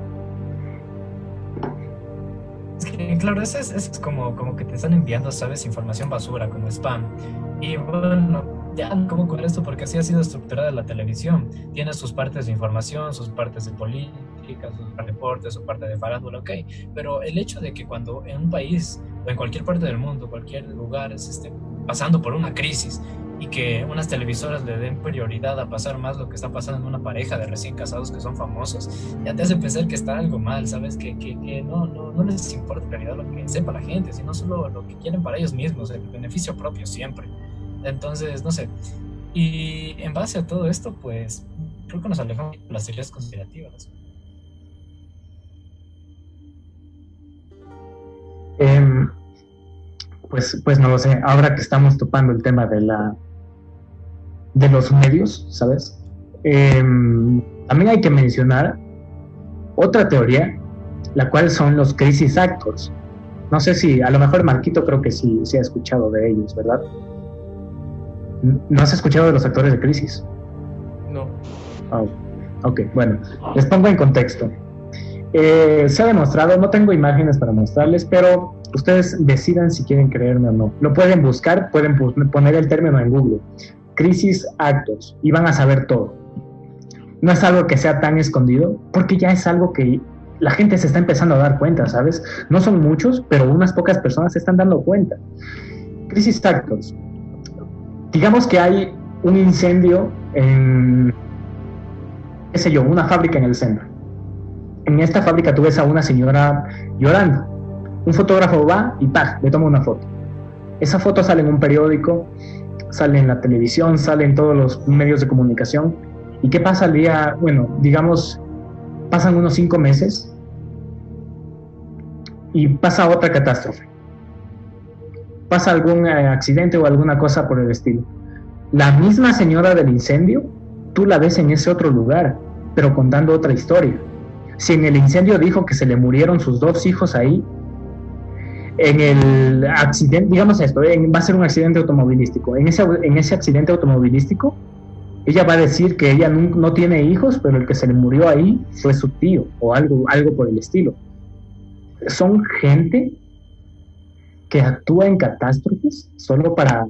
Es que, claro, es como que te están enviando, ¿sabes? Información basura, como spam. Y bueno, ya cómo con esto, porque así ha sido estructurada la televisión. Tiene sus partes de información, sus partes de política, sus partes de deportes, su parte de farándula, ok. Pero el hecho de que cuando en un país o en cualquier parte del mundo, cualquier lugar esté pasando por una crisis y que unas televisoras le den prioridad a pasar más lo que está pasando en una pareja de recién casados que son famosos, ya te hace pensar que está algo mal, ¿sabes? Que no les importa en realidad lo que sepa la gente, sino solo lo que quieren para ellos mismos, el beneficio propio siempre. Entonces, no sé. Y en base a todo esto, pues, creo que nos alejamos de las teorías conspirativas. Pues no lo sé, ahora que estamos topando el tema de de los medios, ¿sabes? También hay que mencionar otra teoría, la cual son los crisis actors. No sé si, a lo mejor Marquito creo que sí ha escuchado de ellos, ¿verdad? ¿No has escuchado de los actores de crisis? No. Oh, ok, bueno, les pongo en contexto. Se ha demostrado, no tengo imágenes para mostrarles, pero ustedes decidan si quieren creerme o no. Lo pueden buscar, pueden poner el término en Google, crisis actors, y van a saber todo. No es algo que sea tan escondido, porque ya es algo que la gente se está empezando a dar cuenta, ¿sabes? No son muchos, pero unas pocas personas se están dando cuenta. Crisis actors. Digamos que hay un incendio en, qué sé yo, una fábrica en el centro. En esta fábrica tú ves a una señora llorando. Un fotógrafo va y ¡pah!, le toma una foto. Esa foto sale en un periódico, sale en la televisión, sale en todos los medios de comunicación. ¿Y qué pasa al día? Bueno, digamos, pasan unos 5 meses y pasa otra catástrofe. Pasa algún accidente o alguna cosa por el estilo. La misma señora del incendio, tú la ves en ese otro lugar, pero contando otra historia. Si en el incendio dijo que se le murieron sus 2 hijos ahí, en el accidente, digamos esto, va a ser un accidente automovilístico. En ese accidente automovilístico, ella va a decir que ella no tiene hijos, pero el que se le murió ahí fue su tío, o algo por el estilo. Son gente que actúa en catástrofes solo para,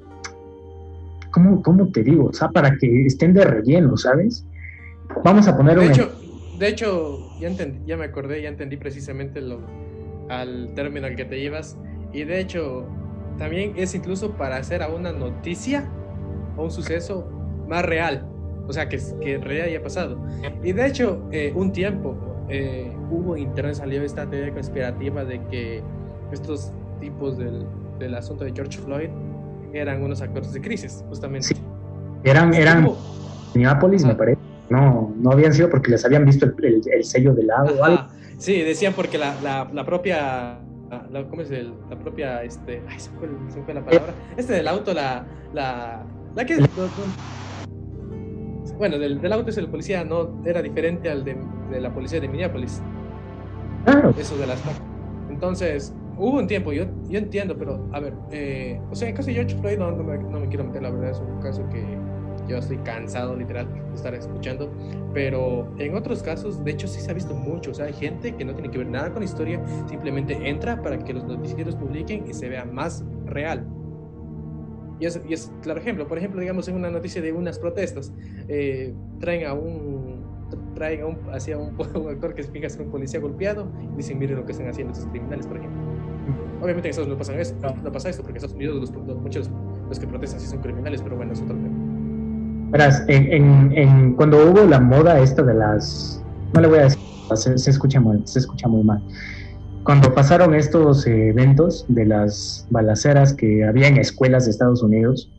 ¿cómo te digo? O sea, para que estén de relleno, ¿sabes? Vamos a poner De hecho, ya me acordé, ya entendí precisamente al término al que te llevas. Y de hecho, también es incluso para hacer a una noticia o un suceso más real. O sea, que en realidad haya pasado. Y de hecho, un tiempo hubo en internet, salió esta teoría conspirativa de que estos tipos del asunto de George Floyd eran unos actores de crisis, justamente. Sí. Eran Minneapolis, me parece. No habían sido porque les habían visto el sello del lado o algo. Sí, decían porque la propia ¿cómo es la propia ay, se fue la palabra, del auto, la que bueno, del auto es el policía, no era diferente al de la policía de Minneapolis. Claro. Eso de las marcas. Entonces, hubo un tiempo, yo entiendo, pero a ver, o sea, en caso de George Floyd no me quiero meter, la verdad, es un caso que yo estoy cansado literal de estar escuchando, pero en otros casos, de hecho, sí se ha visto mucho. O sea, hay gente que no tiene que ver nada con historia, simplemente entra para que los noticieros publiquen y se vea más real. Y es claro ejemplo. Por ejemplo, digamos, en una noticia de unas protestas, traen a un actor que se finge ser un policía golpeado y dicen, miren lo que están haciendo estos criminales, por ejemplo. Obviamente en Estados Unidos no pasa esto, porque en Estados Unidos muchos de los que protestan sí son criminales, pero bueno, es otro tema. Verás, cuando hubo la moda esta de las... No le voy a decir, se escucha muy mal. Cuando pasaron estos eventos de las balaceras que había en escuelas de Estados Unidos,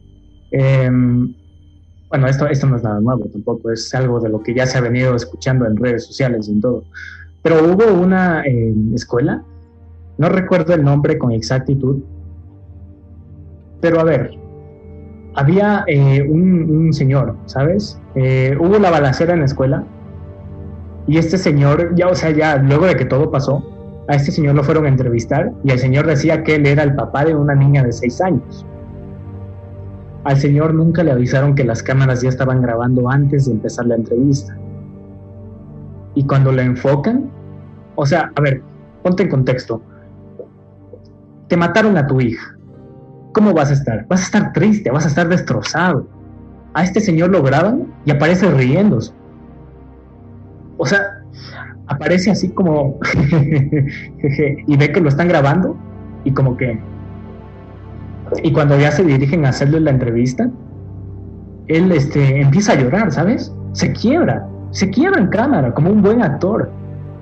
bueno, esto no es nada nuevo tampoco, es algo de lo que ya se ha venido escuchando en redes sociales y en todo. Pero hubo una escuela, no recuerdo el nombre con exactitud, pero a ver, había un señor, ¿sabes? Hubo la balacera en la escuela y este señor, ya luego de que todo pasó, a este señor lo fueron a entrevistar y el señor decía que él era el papá de una niña de 6 años. Al señor nunca le avisaron que las cámaras ya estaban grabando antes de empezar la entrevista. Y cuando le enfocan, o sea, a ver, ponte en contexto. Te mataron a tu hija. ¿Cómo vas a estar? Vas a estar triste, vas a estar destrozado. A este señor lo graban y aparece riéndose. O sea, aparece así como y ve que lo están grabando y como que, y cuando ya se dirigen a hacerle la entrevista, él empieza a llorar, ¿sabes? Se quiebra en cámara como un buen actor.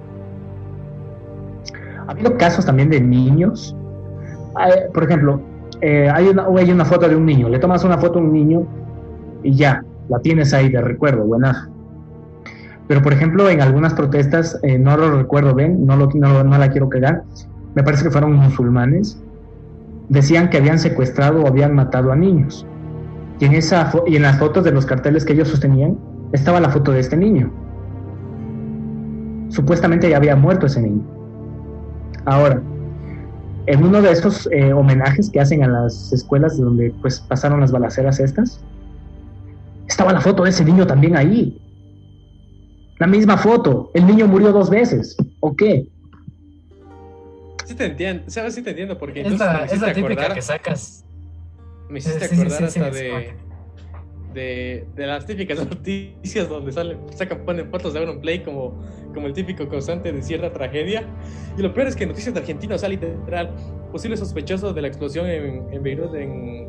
Ha habido casos también de niños, por ejemplo, hay una foto de un niño, le tomas una foto a un niño y ya, la tienes ahí de recuerdo, buena. Pero, por ejemplo, en algunas protestas, no lo recuerdo bien, no la quiero quedar, me parece que fueron musulmanes, decían que habían secuestrado o habían matado a niños. y en las fotos de los carteles que ellos sostenían estaba la foto de este niño. Supuestamente ya había muerto ese niño. Ahora, en uno de estos homenajes que hacen a las escuelas donde pues pasaron las balaceras estas, estaba la foto de ese niño también ahí. La misma foto. El niño murió 2 veces. ¿O qué? Sí te entiendo, ¿sabes? Sí te entiendo, porque Es la típica que sacas. Me hiciste acordar hasta de las típicas noticias donde ponen fotos de Auronplay como el típico causante de cierta tragedia. Y lo peor es que Noticias de Argentina, o sea, literal, posible sospechoso de la explosión en Beirut, en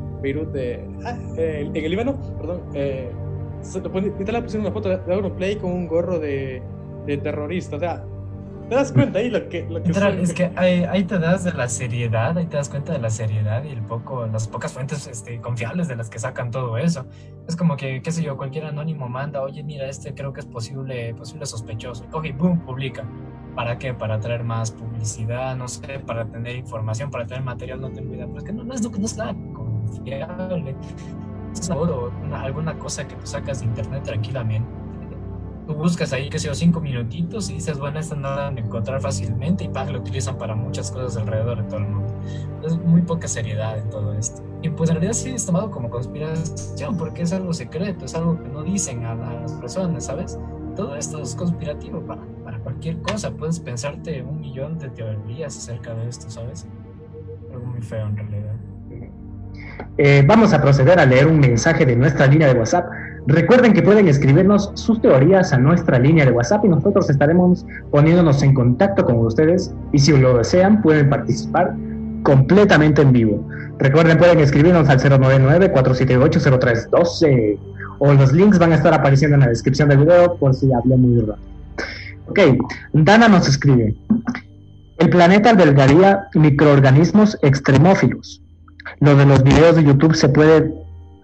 el Líbano, perdón. Literal pusieron una foto de Auronplay con un gorro de terrorista, o sea, ¿te das cuenta ahí lo que literal, es que ahí te das de la seriedad, ahí te das cuenta de la seriedad y las pocas fuentes confiables de las que sacan todo eso. Es como que, qué sé yo, cualquier anónimo manda, oye, mira, creo que es posible sospechoso. Coge y boom, publica. ¿Para qué? Para traer más publicidad, no sé, para tener información, para tener material, no tengo idea. Pero es que no es nada confiable. Es alguna cosa que tú sacas de internet tranquilamente. Tú buscas ahí, qué sé yo, 5 minutitos y dices, bueno, esta no la van a encontrar fácilmente, y lo utilizan para muchas cosas alrededor de todo el mundo. Entonces, muy poca seriedad en todo esto. Y pues en realidad sí es tomado como conspiración, porque es algo secreto, es algo que no dicen a las personas, ¿sabes? Todo esto es conspirativo para cualquier cosa. Puedes pensarte 1.000.000 de teorías acerca de esto, ¿sabes? Algo muy feo en realidad. Vamos a proceder a leer un mensaje de nuestra línea de WhatsApp. Recuerden que pueden escribirnos sus teorías a nuestra línea de WhatsApp y nosotros estaremos poniéndonos en contacto con ustedes, y si lo desean pueden participar completamente en vivo. Recuerden, pueden escribirnos al 099-478-0312 o los links van a estar apareciendo en la descripción del video por si hablé muy rápido. Ok, Dana nos escribe: el planeta albergaría microorganismos extremófilos. Lo de los videos de YouTube se puede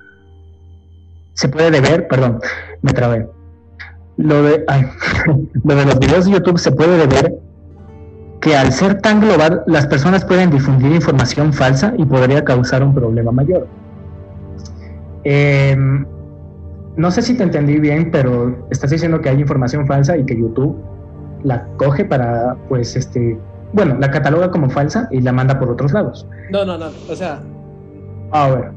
deber, perdón, me trabé. Lo de los videos de YouTube se puede deber que al ser tan global, las personas pueden difundir información falsa y podría causar un problema mayor. No sé si te entendí bien, pero estás diciendo que hay información falsa y que YouTube la coge para, pues, la cataloga como falsa y la manda por otros lados. No, o sea... A ver.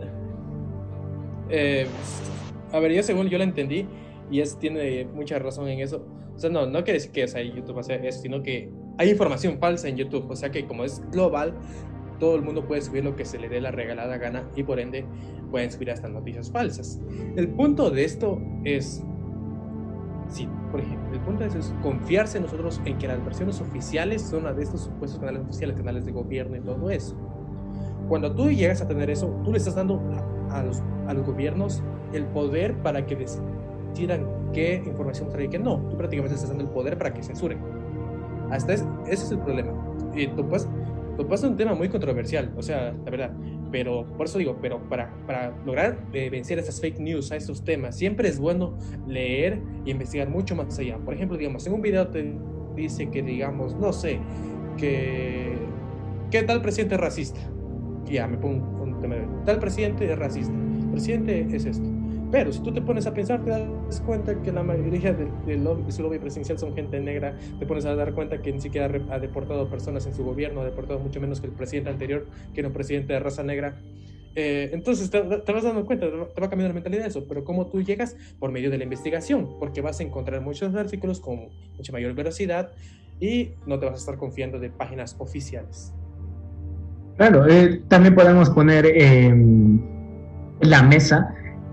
Yo según yo la entendí, y tiene mucha razón en eso. O sea, no quiere decir que YouTube hace eso, sino que hay información falsa en YouTube. O sea que como es global, todo el mundo puede subir lo que se le dé la regalada gana, y por ende pueden subir hasta noticias falsas. El punto de esto es... Sí, por ejemplo, el punto de eso es confiarse nosotros en que las versiones oficiales son una de estos supuestos canales oficiales, canales de gobierno y todo eso. Cuando tú llegas a tener eso, tú le estás dando a los gobiernos el poder para que decidan qué información trae y qué no. Tú prácticamente estás dando el poder para que censuren. Ese es el problema. Y tú puedes un tema muy controversial, o sea, la verdad. Pero por eso digo, para lograr vencer esas fake news, a estos temas, siempre es bueno leer y investigar mucho más allá. Por ejemplo, digamos, en un video te dice que, digamos, no sé, que tal presidente es racista. Ya, me pongo un tema de tal presidente es racista, el presidente es esto. Pero si tú te pones a pensar, te das cuenta que la mayoría de su lobby presidencial son gente negra. Te pones a dar cuenta que ni siquiera ha deportado personas en su gobierno, ha deportado mucho menos que el presidente anterior, que era un presidente de raza negra. Entonces te vas dando cuenta, te va cambiando la mentalidad de eso. Pero ¿cómo tú llegas? Por medio de la investigación, porque vas a encontrar muchos artículos con mucha mayor veracidad y no te vas a estar confiando de páginas oficiales. Claro, también podemos poner en la mesa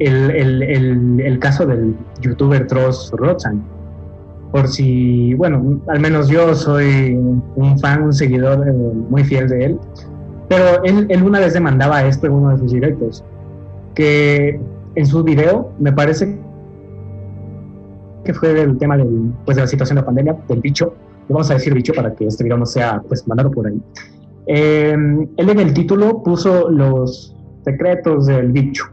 el caso del youtuber Tross Rotzan. Por si, bueno, al menos yo soy un fan, un seguidor muy fiel de él, pero él una vez demandaba esto en uno de sus directos, que en su video, me parece que fue del tema de la situación de la pandemia, del bicho, le vamos a decir bicho para que este video no sea pues mandado por ahí. Él en el título puso los secretos del bicho.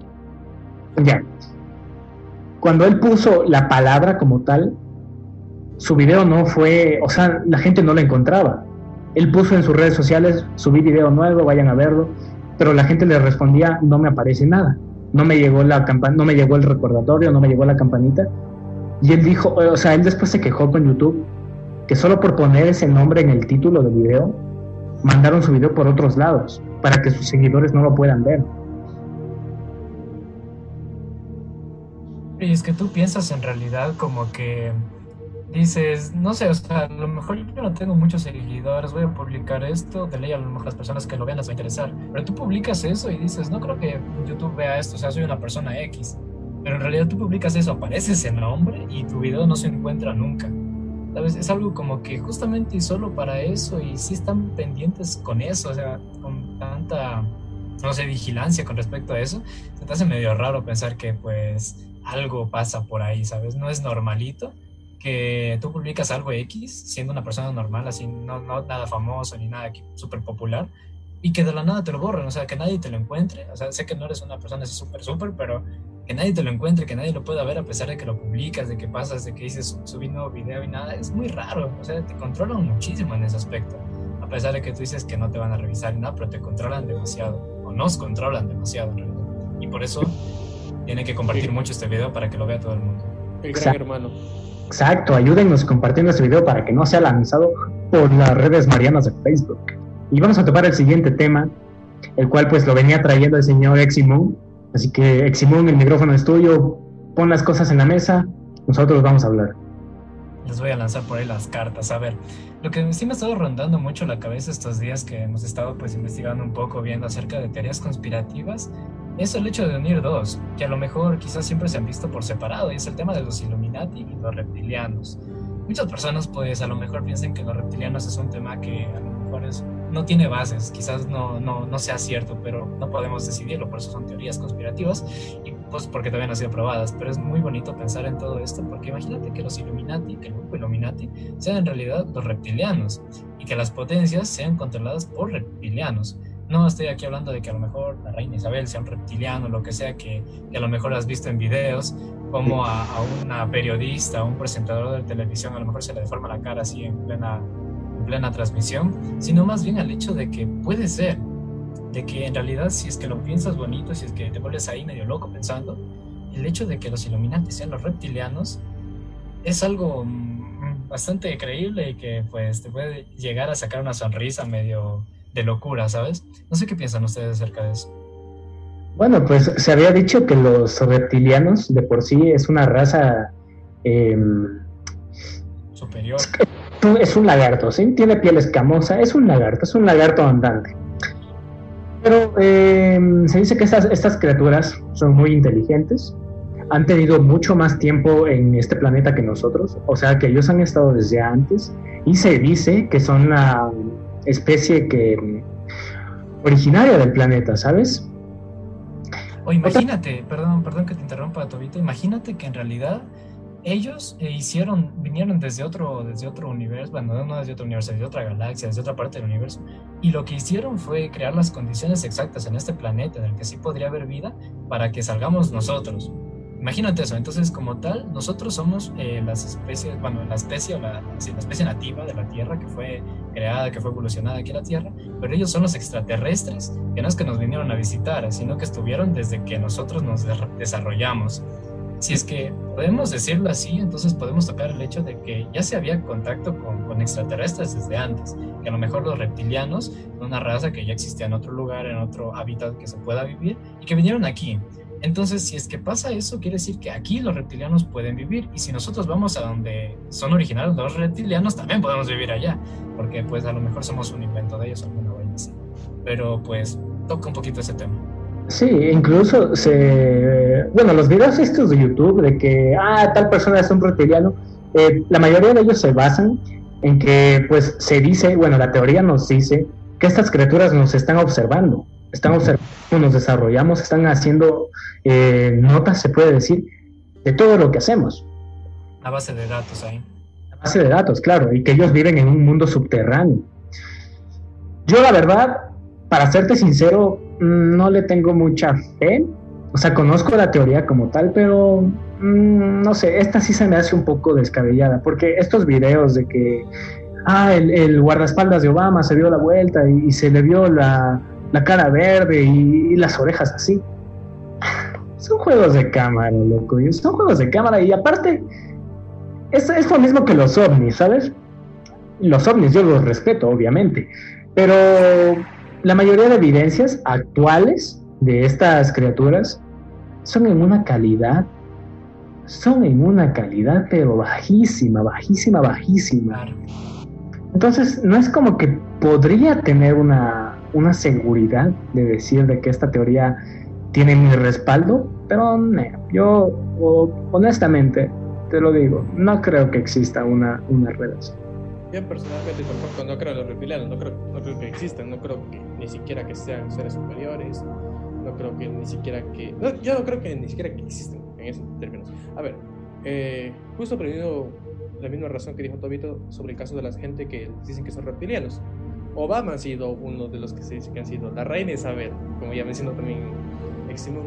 Ya. Cuando él puso la palabra como tal, su video no fue, o sea, la gente no lo encontraba. Él puso en sus redes sociales, subí video nuevo, vayan a verlo, pero la gente le respondía, no me aparece nada, no me llegó no me llegó el recordatorio, no me llegó la campanita. Y él dijo, o sea, él después se quejó con YouTube que solo por poner ese nombre en el título del video, mandaron su video por otros lados, para que sus seguidores no lo puedan ver. Y es que tú piensas en realidad como que dices, no sé, o sea, a lo mejor yo no tengo muchos seguidores, voy a publicar esto, de ley a lo mejor las personas que lo vean les va a interesar, pero tú publicas eso y dices, no creo que YouTube vea esto, o sea, soy una persona X, pero en realidad tú publicas eso, aparece ese nombre y tu video no se encuentra nunca, ¿sabes? Es algo como que justamente y solo para eso, y sí están pendientes con eso, o sea, con tanta, no sé, vigilancia con respecto a eso, se te hace medio raro pensar que pues algo pasa por ahí, ¿sabes? No es normalito que tú publicas algo X siendo una persona normal, así, no nada famoso ni nada súper popular, y que de la nada te lo borren, o sea, que nadie te lo encuentre, o sea, sé que no eres una persona así súper, pero que nadie te lo encuentre, que nadie lo pueda ver a pesar de que lo publicas, de que pasas, de que dices subí nuevo video y nada, es muy raro, o sea, te controlan muchísimo en ese aspecto, a pesar de que tú dices que no te van a revisar ni nada, pero te controlan demasiado, o nos controlan demasiado en realidad, y por eso tienen que compartir mucho este video para que lo vea todo el mundo. El gran hermano. Exacto, ayúdennos compartiendo este video para que no sea lanzado por las redes marianas de Facebook. Y vamos a tomar el siguiente tema, el cual pues lo venía trayendo el señor Eximoon. Así que Eximoon, el micrófono es tuyo, pon las cosas en la mesa, nosotros vamos a hablar. Les voy a lanzar por ahí las cartas. A ver, lo que sí me ha estado rondando mucho la cabeza estos días que hemos estado pues investigando un poco, viendo acerca de teorías conspirativas, es el hecho de unir dos, que a lo mejor quizás siempre se han visto por separado, y es el tema de los Illuminati y los reptilianos. Muchas personas pues a lo mejor piensan que los reptilianos es un tema que a lo mejor no tiene bases, quizás no sea cierto, pero no podemos decidirlo, por eso son teorías conspirativas y pues porque todavía no han sido probadas, pero es muy bonito pensar en todo esto, porque imagínate que los Illuminati, que el grupo Illuminati sean en realidad los reptilianos y que las potencias sean controladas por reptilianos. No estoy aquí hablando de que a lo mejor la reina Isabel sea un reptiliano, lo que sea, que a lo mejor has visto en videos, como a una periodista, a un presentador de televisión, a lo mejor se le deforma la cara así en plena transmisión, sino más bien al hecho de que puede ser, de que en realidad si es que lo piensas bonito, si es que te vuelves ahí medio loco pensando, el hecho de que los Illuminati sean los reptilianos es algo bastante creíble y que pues te puede llegar a sacar una sonrisa medio de locura, ¿sabes? No sé qué piensan ustedes acerca de eso. Bueno, pues se había dicho que los reptilianos de por sí es una raza superior. Es un lagarto, ¿sí? Tiene piel escamosa, es un lagarto andante. Pero se dice que estas criaturas son muy inteligentes, han tenido mucho más tiempo en este planeta que nosotros, o sea que ellos han estado desde antes, y se dice que son la especie originaria del planeta, ¿sabes? O imagínate, perdón que te interrumpa, Tobito, imagínate que en realidad ellos vinieron desde otro universo, bueno, no desde otro universo, desde otra galaxia, desde otra parte del universo, y lo que hicieron fue crear las condiciones exactas en este planeta en el que sí podría haber vida para que salgamos nosotros. Imagínate eso. Entonces, como tal, nosotros somos la especie nativa de la Tierra que fue creada, que fue evolucionada aquí en la Tierra, pero ellos son los extraterrestres, que no es que nos vinieron a visitar, sino que estuvieron desde que nosotros nos desarrollamos. Si es que podemos decirlo así, entonces podemos tocar el hecho de que ya se había contacto con extraterrestres desde antes, que a lo mejor los reptilianos, una raza que ya existía en otro lugar, en otro hábitat que se pueda vivir, y que vinieron aquí. Entonces, si es que pasa eso, quiere decir que aquí los reptilianos pueden vivir, y si nosotros vamos a donde son originarios los reptilianos, también podemos vivir allá, porque pues a lo mejor somos un invento de ellos, alguna vaina así. Pero pues toca un poquito ese tema. Sí, incluso los videos estos de YouTube de que tal persona es un reptiliano, la mayoría de ellos se basan en que pues se dice, bueno, la teoría nos dice que estas criaturas nos están observando, nos desarrollamos, están haciendo notas, se puede decir, de todo lo que hacemos. La base de datos ahí. La base de datos, claro, y que ellos viven en un mundo subterráneo. Yo la verdad, para serte sincero, no le tengo mucha fe. O sea, conozco la teoría como tal, pero no sé, esta sí se me hace un poco descabellada, porque estos videos de que el guardaespaldas de Obama se dio la vuelta y se le vio la cara verde y las orejas así. Son juegos de cámara, loco. Son juegos de cámara y aparte es lo mismo que los ovnis, ¿sabes? Los ovnis yo los respeto, obviamente, pero la mayoría de evidencias actuales de estas criaturas son en una calidad, pero bajísima. Claro. Entonces, no es como que podría tener una seguridad de decir de que esta teoría tiene mi respaldo, pero yo honestamente te lo digo, no creo que exista una relación. Yo personalmente tampoco no creo en los reptilianos, no creo que existan, no creo que ni siquiera que sean seres superiores, no creo que ni siquiera que... No, yo no creo que ni siquiera que existen en esos términos. A ver, justo aprendiendo la misma razón que dijo Tobito sobre el caso de la gente que dicen que son reptilianos. Obama ha sido uno de los que se dice que han sido la reina Isabel, como ya mencionó también Eximum.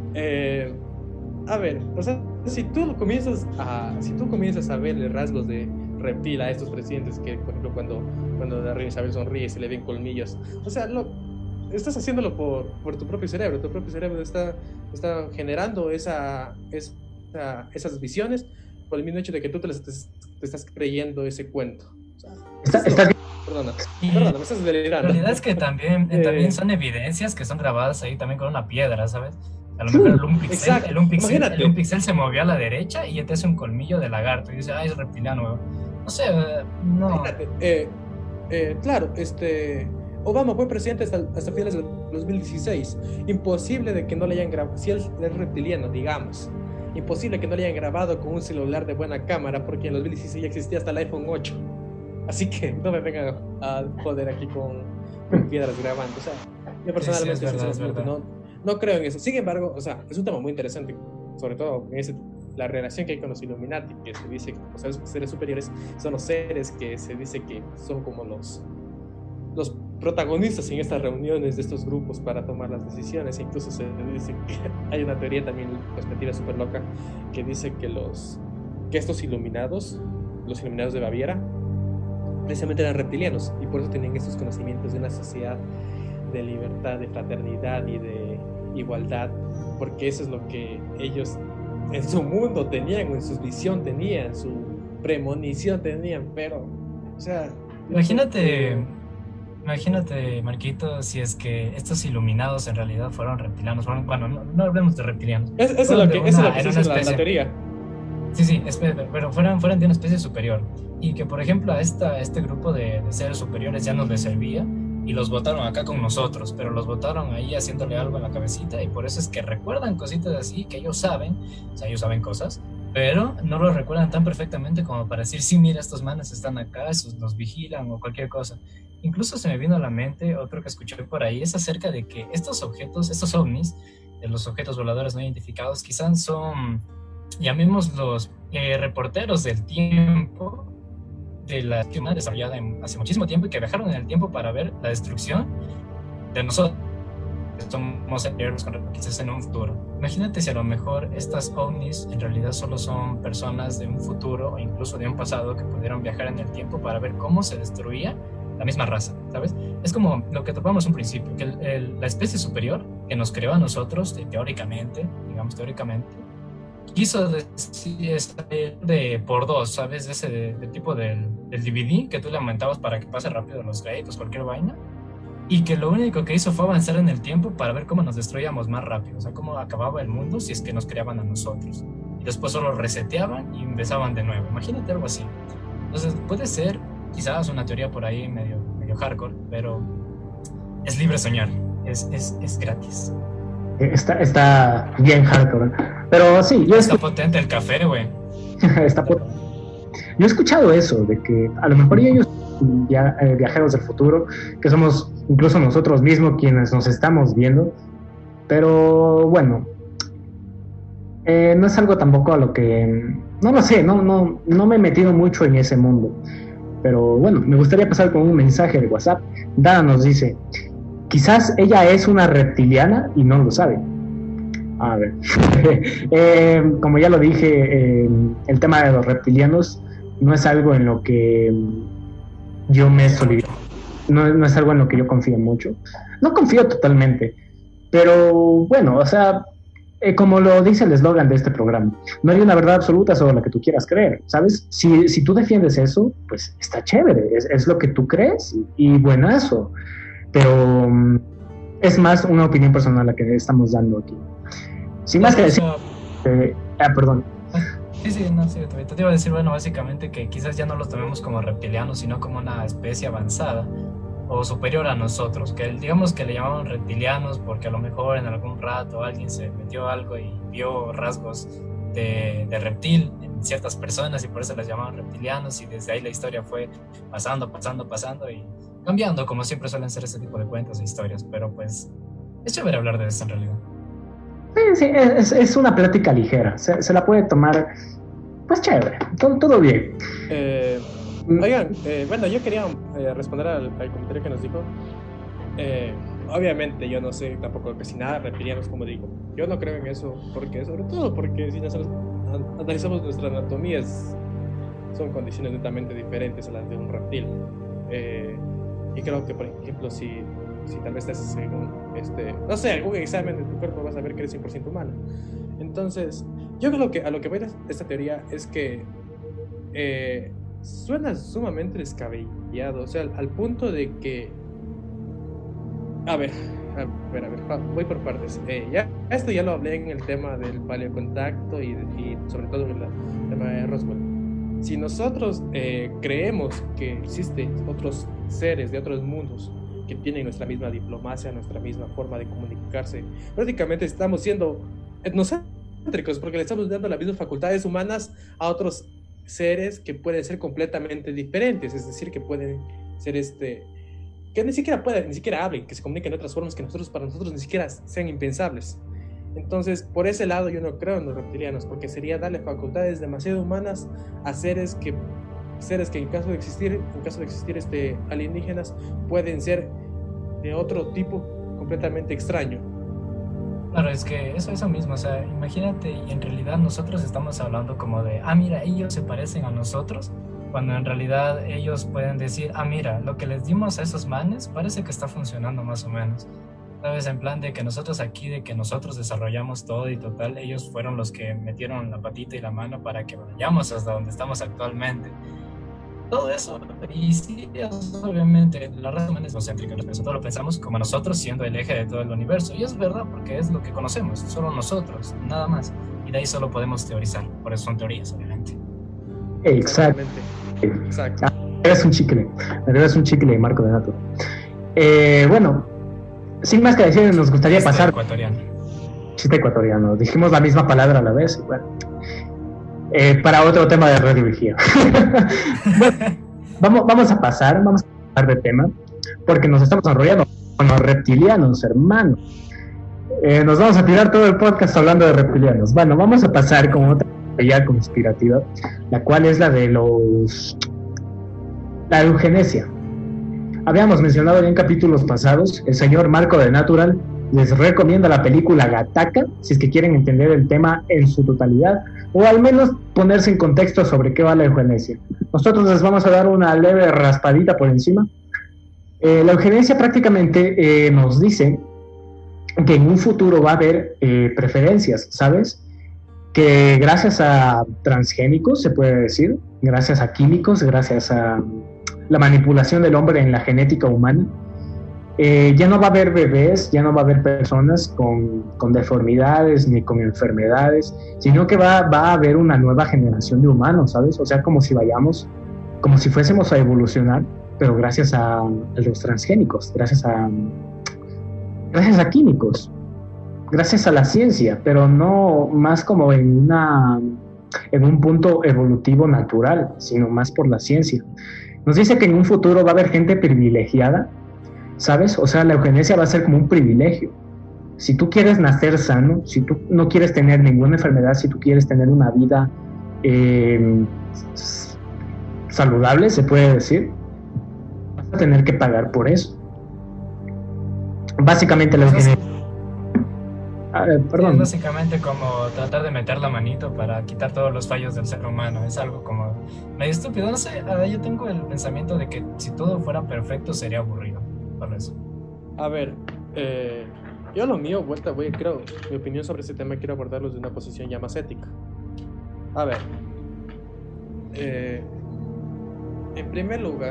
A ver, o sea, si tú comienzas a verle rasgos de reptil a estos presidentes, que por ejemplo cuando la reina Isabel sonríe se le ven colmillos, o sea, estás haciéndolo por tu propio cerebro está generando esas visiones por el mismo hecho de que tú te estás creyendo ese cuento. O sea, perdona, me estás delirando. La realidad es que también son evidencias que son grabadas ahí también con una piedra, ¿sabes? A lo mejor el un pixel se movió a la derecha y ya te hace un colmillo de lagarto y dice, es reptiliano. No sé, no. Imagínate, claro, Obama fue presidente hasta finales del 2016. Imposible de que no le hayan grabado, si él es reptiliano, digamos, imposible que no le hayan grabado con un celular de buena cámara, porque en el 2016 ya existía hasta el iPhone 8. Así que no me vengan a joder aquí con piedras grabando. O sea, yo personalmente es verdad. No creo en eso. Sin embargo, o sea, es un tema muy interesante, sobre todo la relación que hay con los Illuminati, que se dice que los seres superiores son los seres que se dice que son como los protagonistas en estas reuniones de estos grupos para tomar las decisiones. E incluso se dice que hay una teoría también perspectiva súper loca que dice que estos iluminados, los iluminados de Baviera, precisamente eran reptilianos y por eso tenían estos conocimientos de una sociedad de libertad, de fraternidad y de igualdad, porque eso es lo que ellos en su mundo tenían, en su visión tenían, su premonición tenían, pero, o sea... Imagínate, Marquito, si es que estos iluminados en realidad fueron reptilianos. Bueno, no hablemos de reptilianos. Eso es lo que dice la teoría. Sí, pero fueran de una especie superior. Y que, por ejemplo, a este grupo de seres superiores ya no les servía y los botaron acá con nosotros, pero los botaron ahí haciéndole algo en la cabecita y por eso es que recuerdan cositas así que ellos saben cosas, pero no lo recuerdan tan perfectamente como para decir, sí, mira, estos manes están acá, esos nos vigilan o cualquier cosa. Incluso se me vino a la mente otro que escuché por ahí, es acerca de que estos ovnis, los objetos voladores no identificados, quizás son, llamémoslos, reporteros del tiempo, de la ciudad desarrollada hace muchísimo tiempo y que viajaron en el tiempo para ver la destrucción de nosotros. Somos seres quizás en un futuro. Imagínate si a lo mejor estas ovnis en realidad solo son personas de un futuro o incluso de un pasado que pudieron viajar en el tiempo para ver cómo se destruía la misma raza, ¿sabes? Es como lo que topamos en un principio, que la especie superior que nos creó a nosotros, teóricamente, quiso decir por dos, ¿sabes? De tipo del DVD que tú le aumentabas para que pase rápido los créditos, cualquier vaina, y que lo único que hizo fue avanzar en el tiempo para ver cómo nos destruíamos más rápido, o sea, cómo acababa el mundo si es que nos creaban a nosotros. Y después solo reseteaban y empezaban de nuevo. Imagínate algo así. Entonces, puede ser quizás una teoría por ahí medio hardcore, pero es libre soñar, es gratis. Está bien hardcore. Pero sí, está potente el café, güey. Está potente. Yo he escuchado eso, de que a lo mejor ellos viajeros del futuro, que somos incluso nosotros mismos quienes nos estamos viendo, pero bueno, no es algo tampoco a lo que, no lo sé, no me he metido mucho en ese mundo, pero bueno, me gustaría pasar con un mensaje de WhatsApp. Dana nos dice, quizás ella es una reptiliana y no lo sabe. A ver, como ya lo dije, el tema de los reptilianos no es algo en lo que yo me solidarizo. no es algo en lo que yo confíe mucho. No confío totalmente, pero bueno, o sea, como lo dice el eslogan de este programa, no hay una verdad absoluta sobre la que tú quieras creer, ¿sabes? Si tú defiendes eso, pues está chévere, es lo que tú crees y buenazo, pero es más una opinión personal la que estamos dando aquí. Sin más que decir... perdón. Sí, no, sí, te iba a decir, bueno, básicamente que quizás ya no los tomemos como reptilianos, sino como una especie avanzada o superior a nosotros, que digamos que le llamaban reptilianos porque a lo mejor en algún rato alguien se metió algo y vio rasgos de reptil en ciertas personas y por eso les llamaban reptilianos, y desde ahí la historia fue pasando y cambiando, como siempre suelen ser ese tipo de cuentos e historias, pero pues es chévere hablar de esto en realidad. Sí, es una plática ligera, se la puede tomar, pues chévere, todo bien. Oigan, bueno, yo quería responder al comentario que nos dijo. Obviamente yo no sé tampoco casi nada reptilianos, como digo. Yo no creo en eso, sobre todo porque si nosotros analizamos nuestra anatomía, son condiciones netamente diferentes a las de un reptil. Y creo que, por ejemplo, si tal vez te haces no sé, algún examen de tu cuerpo, vas a ver que eres 100% humano. Entonces, yo creo que a lo que voy de esta teoría es que suena sumamente descabellado, o sea, al punto de que... A ver, voy por partes. Esto ya lo hablé en el tema del paleocontacto y sobre todo en el tema de Roswell. Si nosotros creemos que existen otros seres de otros mundos que tienen nuestra misma diplomacia, nuestra misma forma de comunicarse, prácticamente estamos siendo etnocéntricos porque le estamos dando las mismas facultades humanas a otros seres que pueden ser completamente diferentes, es decir, que pueden ser que ni siquiera hablen, que se comuniquen de otras formas que para nosotros ni siquiera sean impensables. Entonces, por ese lado yo no creo en los reptilianos, porque sería darle facultades demasiado humanas a seres que en caso de existir alienígenas pueden ser de otro tipo completamente extraño. Claro, es que eso mismo, o sea, imagínate, y en realidad nosotros estamos hablando como de, mira, ellos se parecen a nosotros, cuando en realidad ellos pueden decir, mira, lo que les dimos a esos manes parece que está funcionando más o menos, ¿sabes? En plan de que nosotros aquí, de que nosotros desarrollamos todo y total, ellos fueron los que metieron la patita y la mano para que vayamos hasta donde estamos actualmente. Todo eso, y sí, obviamente la raza humana es egocéntrica, nosotros lo pensamos como nosotros siendo el eje de todo el universo, y es verdad porque es lo que conocemos, solo nosotros, nada más, y de ahí solo podemos teorizar, por eso son teorías, obviamente. Exacto. Eres un chicle, Marco de Nato. Bueno, sin más que decir, nos gustaría pasar... Chiste ecuatoriano, dijimos la misma palabra a la vez, bueno... para otro tema de Radio Vigía. Bueno, vamos a pasar de tema, porque nos estamos enrollando con los reptilianos, hermano. Nos vamos a tirar todo el podcast hablando de reptilianos. Bueno, vamos a pasar con otra teoría conspirativa, la cual es la de la eugenesia. Habíamos mencionado ya en capítulos pasados, el señor Marco de Natural les recomienda la película Gattaca, si es que quieren entender el tema en su totalidad, o al menos ponerse en contexto sobre qué va la eugenesia. Nosotros les vamos a dar una leve raspadita por encima. La eugenesia prácticamente nos dice que en un futuro va a haber preferencias, ¿sabes? Que gracias a transgénicos, se puede decir, gracias a químicos, gracias a la manipulación del hombre en la genética humana, ya no va a haber bebés, ya no va a haber personas con deformidades ni con enfermedades, sino que va a haber una nueva generación de humanos, ¿sabes? O sea, como si fuésemos a evolucionar, pero gracias a los transgénicos, gracias a químicos, gracias a la ciencia, pero no más como en un punto evolutivo natural, sino más por la ciencia. Nos dice que en un futuro va a haber gente privilegiada, ¿sabes? O sea, la eugenesia va a ser como un privilegio. Si tú quieres nacer sano, si tú no quieres tener ninguna enfermedad, si tú quieres tener una vida saludable, se puede decir, vas a tener que pagar por eso. Básicamente la eugenesia... Perdón. Es básicamente como tratar de meter la manito para quitar todos los fallos del ser humano. Es algo como medio estúpido. No sé, yo tengo el pensamiento de que si todo fuera perfecto sería aburrido. Por eso. A ver, yo lo mío, creo, mi opinión sobre este tema quiero abordarlo desde una posición ya más ética. A ver, en primer lugar,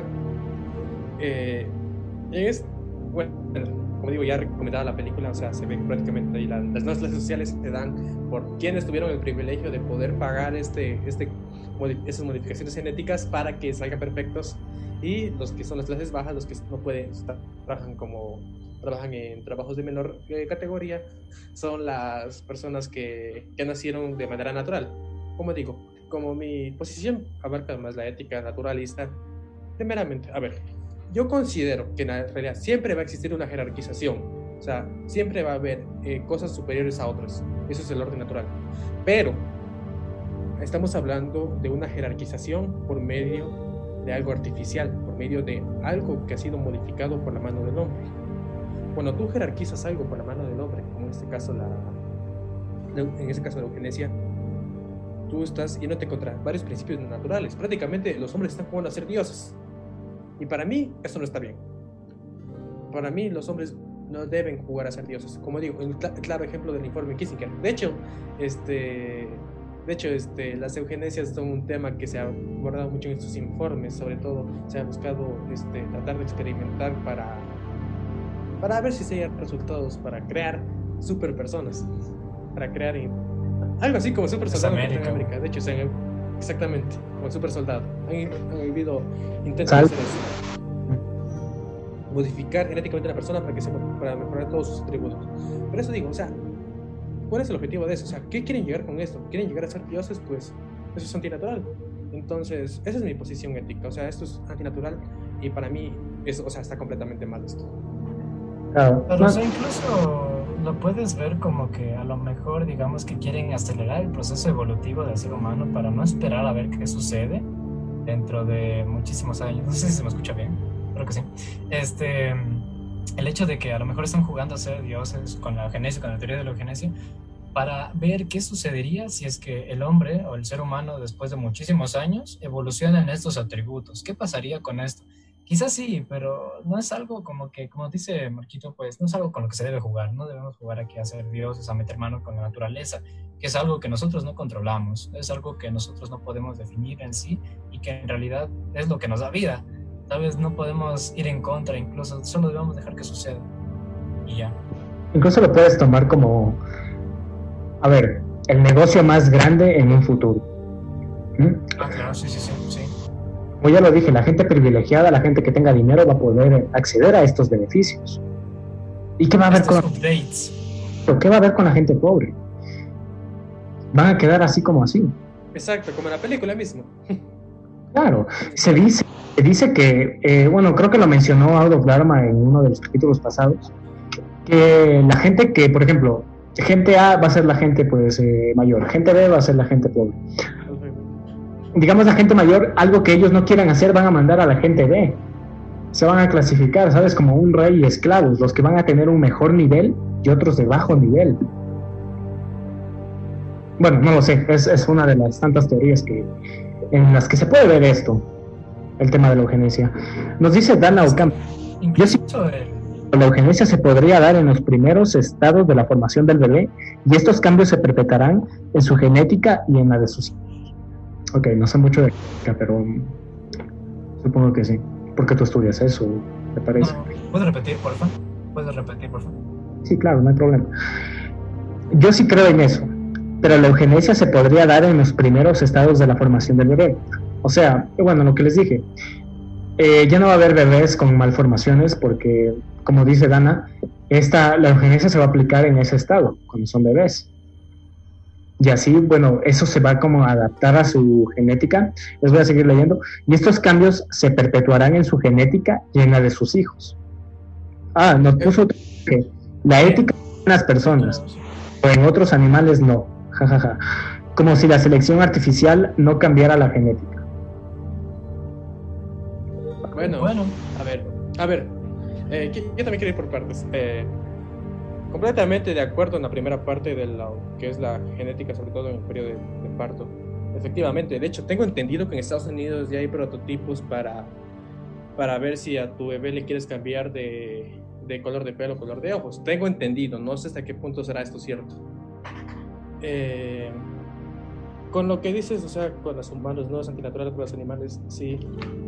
bueno, como digo, ya recomendada la película, o sea, se ve prácticamente ahí las nuevas clases sociales se dan por quienes tuvieron el privilegio de poder pagar esas modificaciones genéticas para que salgan perfectos, y los que son las clases bajas, los que no pueden, trabajan en trabajos de menor categoría, son las personas que nacieron de manera natural. Como digo, como mi posición abarca más la ética naturalista, primeramente, a ver, yo considero que en la realidad siempre va a existir una jerarquización, o sea, siempre va a haber cosas superiores a otras, eso es el orden natural, pero estamos hablando de una jerarquización por medio de algo artificial, por medio de algo que ha sido modificado por la mano del hombre. Cuando tú jerarquizas algo por la mano del hombre, como en este caso la eugenesia, tú estás yéndote contra varios principios naturales. Prácticamente los hombres están jugando a ser dioses. Y para mí, eso no está bien. Para mí, los hombres no deben jugar a ser dioses. Como digo, el claro ejemplo del informe Kissinger. De hecho, las eugenesias son un tema que se ha abordado mucho en estos informes. Sobre todo, se ha buscado tratar de experimentar para ver si se hay resultados, para crear super personas, para crear algo así como super soldado en América. De hecho, exactamente, como super soldado. Han vivido intentos de hacer eso. Modificar genéticamente a la persona para mejorar todos sus atributos. Por eso digo, o sea, ¿cuál es el objetivo de eso? O sea, ¿qué quieren llegar con esto? ¿Quieren llegar a ser dioses? Pues eso es antinatural. Entonces, esa es mi posición ética. O sea, esto es antinatural y para mí está completamente mal esto. Pero o sea, incluso lo puedes ver como que a lo mejor, digamos que quieren acelerar el proceso evolutivo del ser humano para no esperar a ver qué sucede dentro de muchísimos años. No sé si se me escucha bien, creo que sí. El hecho de que a lo mejor están jugando a ser dioses con la eugenesia, con la teoría de la eugenesia, para ver qué sucedería si es que el hombre o el ser humano después de muchísimos años evoluciona en estos atributos. ¿Qué pasaría con esto? Quizás sí, pero no es algo como que, como dice Marquito, pues no es algo con lo que se debe jugar. No debemos jugar aquí a ser dioses, a meter mano con la naturaleza, que es algo que nosotros no controlamos, es algo que nosotros no podemos definir en sí y que en realidad es lo que nos da vida. Tal vez no podemos ir en contra, incluso solo debemos dejar que suceda y ya. Incluso lo puedes tomar como, a ver, el negocio más grande en un futuro. Claro, sí. Como ya lo dije, la gente privilegiada, la gente que tenga dinero va a poder acceder a estos beneficios. ¿Y qué va a haber con updates? ¿Qué va a haber con la gente pobre? Van a quedar así como así. Exacto, como en la película mismo. Claro, se dice que, creo que lo mencionó Out of Dharma en uno de los capítulos pasados, que la gente que, por ejemplo, gente A va a ser la gente pues mayor, gente B va a ser la gente pobre. Digamos, la gente mayor, algo que ellos no quieran hacer, van a mandar a la gente B. Se van a clasificar, ¿sabes? Como un rey y esclavos, los que van a tener un mejor nivel y otros de bajo nivel. Bueno, no lo sé, es una de las tantas teorías en las que se puede ver esto, el tema de la eugenesia. Nos dice Dana Ocampo, la eugenesia se podría dar en los primeros estados de la formación del bebé y estos cambios se perpetuarán en su genética y en la de sus hijos. Ok, no sé mucho de genética, pero supongo que sí, porque tú estudias eso, ¿te parece? ¿Puedes repetir, por favor? Sí, claro, no hay problema. Yo sí creo en eso, pero la eugenesia se podría dar en los primeros estados de la formación del bebé. O sea, bueno, lo que les dije, ya no va a haber bebés con malformaciones porque, como dice Dana, la eugenesia se va a aplicar en ese estado, cuando son bebés. Y así, bueno, eso se va como a adaptar a su genética. Les voy a seguir leyendo. Y estos cambios se perpetuarán en su genética y en la de sus hijos. Nos puso que la ética en las personas o en otros animales no. Como si la selección artificial no cambiara la genética. Bueno. A ver. Yo también quiero ir por partes. completamente de acuerdo en la primera parte de lo que es la genética, sobre todo en el periodo de parto. Efectivamente, de hecho, tengo entendido que en Estados Unidos ya hay prototipos para ver si a tu bebé le quieres cambiar de color de pelo, color de ojos. Tengo entendido, no sé hasta qué punto será esto cierto. Con lo que dices, o sea, con los humanos, no es antinatural con los animales, sí.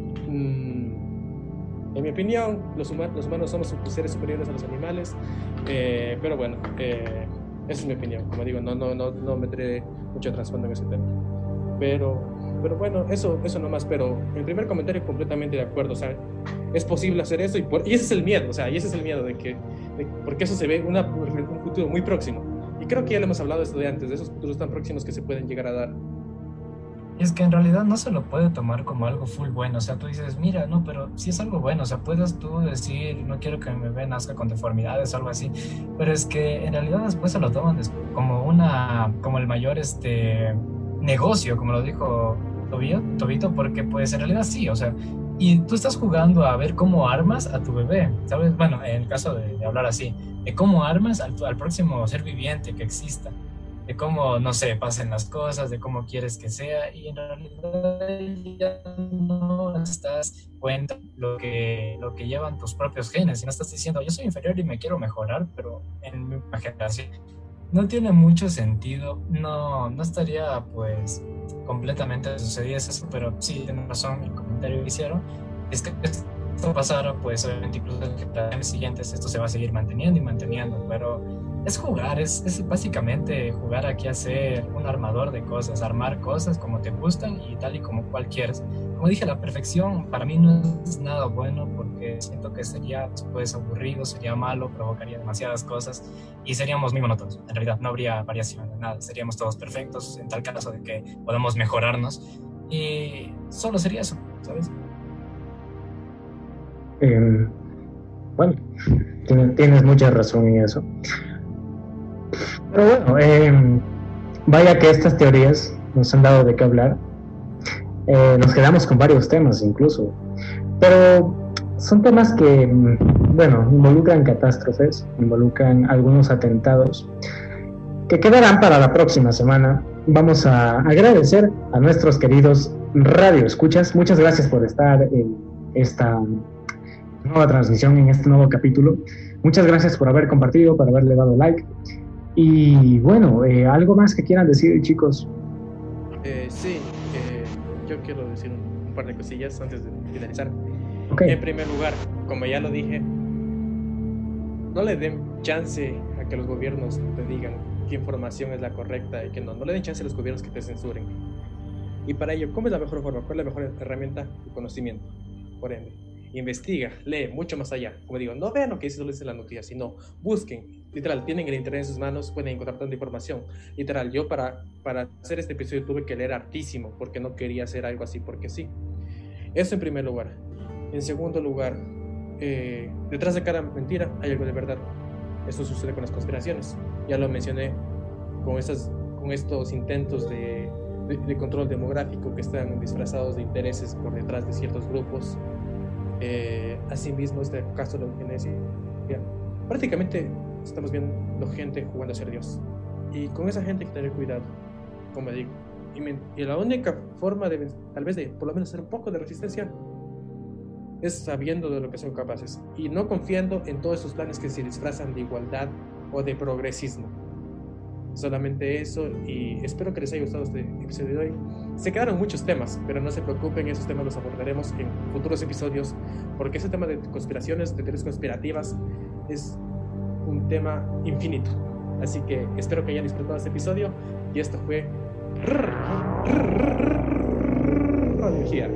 En mi opinión, los humanos somos seres superiores a los animales, pero bueno, esa es mi opinión. Como digo, no meteré mucho trasfondo en ese tema. Pero bueno, eso nomás. Pero el primer comentario completamente de acuerdo. O sea, es posible hacer eso y ese es el miedo. O sea, y ese es el miedo porque eso se ve un futuro muy próximo. Y creo que ya le hemos hablado de esto de antes, de esos futuros tan próximos que se pueden llegar a dar. Y es que en realidad no se lo puede tomar como algo full bueno. O sea, tú dices, mira, no, pero sí es algo bueno. O sea, puedes tú decir, no quiero que mi bebé nazca con deformidades o algo así. Pero es que en realidad después se lo toman como el mayor negocio, como lo dijo Tobito, porque pues en realidad sí, o sea, y tú estás jugando a ver cómo armas a tu bebé, ¿sabes? Bueno, en el caso de hablar así, de cómo armas al próximo ser viviente que exista, de cómo, no sé, pasen las cosas, de cómo quieres que sea, y en realidad ya no estás cuenta lo que llevan tus propios genes, y no estás diciendo, yo soy inferior y me quiero mejorar, pero en mi generación no tiene mucho sentido, no estaría pues completamente sucediese eso, pero sí, tienen razón el comentario que hicieron, es que esto pasara, pues obviamente incluso en generaciones siguientes esto se va a seguir manteniendo, pero es jugar, es básicamente jugar aquí a ser un armador de cosas, armar cosas como te gustan y tal y como cual quieres. Como dije, la perfección para mí no es nada bueno porque siento que sería pues aburrido, sería malo, provocaría demasiadas cosas y seríamos muy monótonos. En realidad no habría variación de nada, seríamos todos perfectos en tal caso de que podamos mejorarnos y solo sería eso, ¿sabes? Bueno, tienes mucha razón en eso. Pero bueno, vaya que estas teorías nos han dado de qué hablar. Nos quedamos con varios temas incluso, pero son temas que, bueno, involucran catástrofes, involucran algunos atentados que quedarán para la próxima semana. Vamos a agradecer a nuestros queridos radioescuchas. Muchas gracias por estar en esta nueva transmisión, en este nuevo capítulo. Muchas gracias por haber compartido, por haberle dado like. Y bueno, ¿algo más que quieran decir, chicos? Sí, yo quiero decir un par de cosillas antes de finalizar. Okay. En primer lugar, como ya lo dije, no le den chance a que los gobiernos te digan qué información es la correcta y qué no. No le den chance a los gobiernos que te censuren. Y para ello, ¿cómo es la mejor forma? ¿Cuál es la mejor herramienta? El conocimiento. Por ende, investiga, lee mucho más allá. Como digo, no vean lo que solo dice la noticia, sino busquen. Literal, tienen el internet en sus manos, pueden encontrar tanta información. Literal, yo para hacer este episodio tuve que leer hartísimo porque no quería hacer algo así porque sí. Eso en primer lugar. En segundo lugar, detrás de cada mentira hay algo de verdad. Esto sucede con las conspiraciones. Ya lo mencioné con estos intentos de control demográfico que están disfrazados de intereses por detrás de ciertos grupos. Asimismo, este caso de la eugenesia, prácticamente estamos viendo gente jugando a ser Dios, y con esa gente hay que tener cuidado, como digo, y la única forma de tal vez de por lo menos hacer un poco de resistencia es sabiendo de lo que son capaces y no confiando en todos esos planes que se disfrazan de igualdad o de progresismo. Solamente eso, y espero que les haya gustado este episodio de hoy. Se quedaron muchos temas, pero no se preocupen, esos temas los abordaremos en futuros episodios, porque ese tema de conspiraciones, de teorías conspirativas, es un tema infinito. Así que espero que hayan disfrutado este episodio, y esto fue Radiología.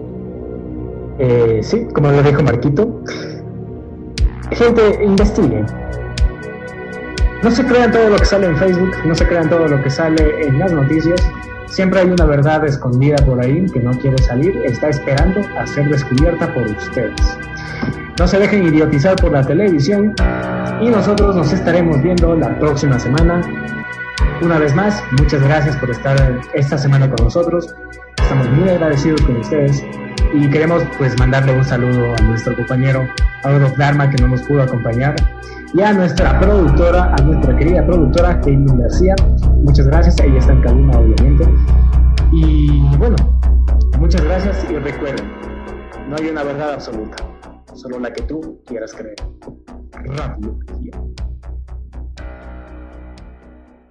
Sí, como lo dijo Marquito, gente, investiguen. No se crean todo lo que sale en Facebook, no se crean todo lo que sale en las noticias. Siempre hay una verdad escondida por ahí que no quiere salir, está esperando a ser descubierta por ustedes. No se dejen idiotizar por la televisión y nosotros nos estaremos viendo la próxima semana. Una vez más, muchas gracias por estar esta semana con nosotros. Estamos muy agradecidos con ustedes y queremos pues mandarle un saludo a nuestro compañero Out of Dharma, que no nos pudo acompañar. Y a nuestra productora, a nuestra querida productora, Kaylin García, muchas gracias, ella está en cabina, obviamente. Y bueno, muchas gracias y recuerden, no hay una verdad absoluta, solo la que tú quieras creer. Radio Vigía.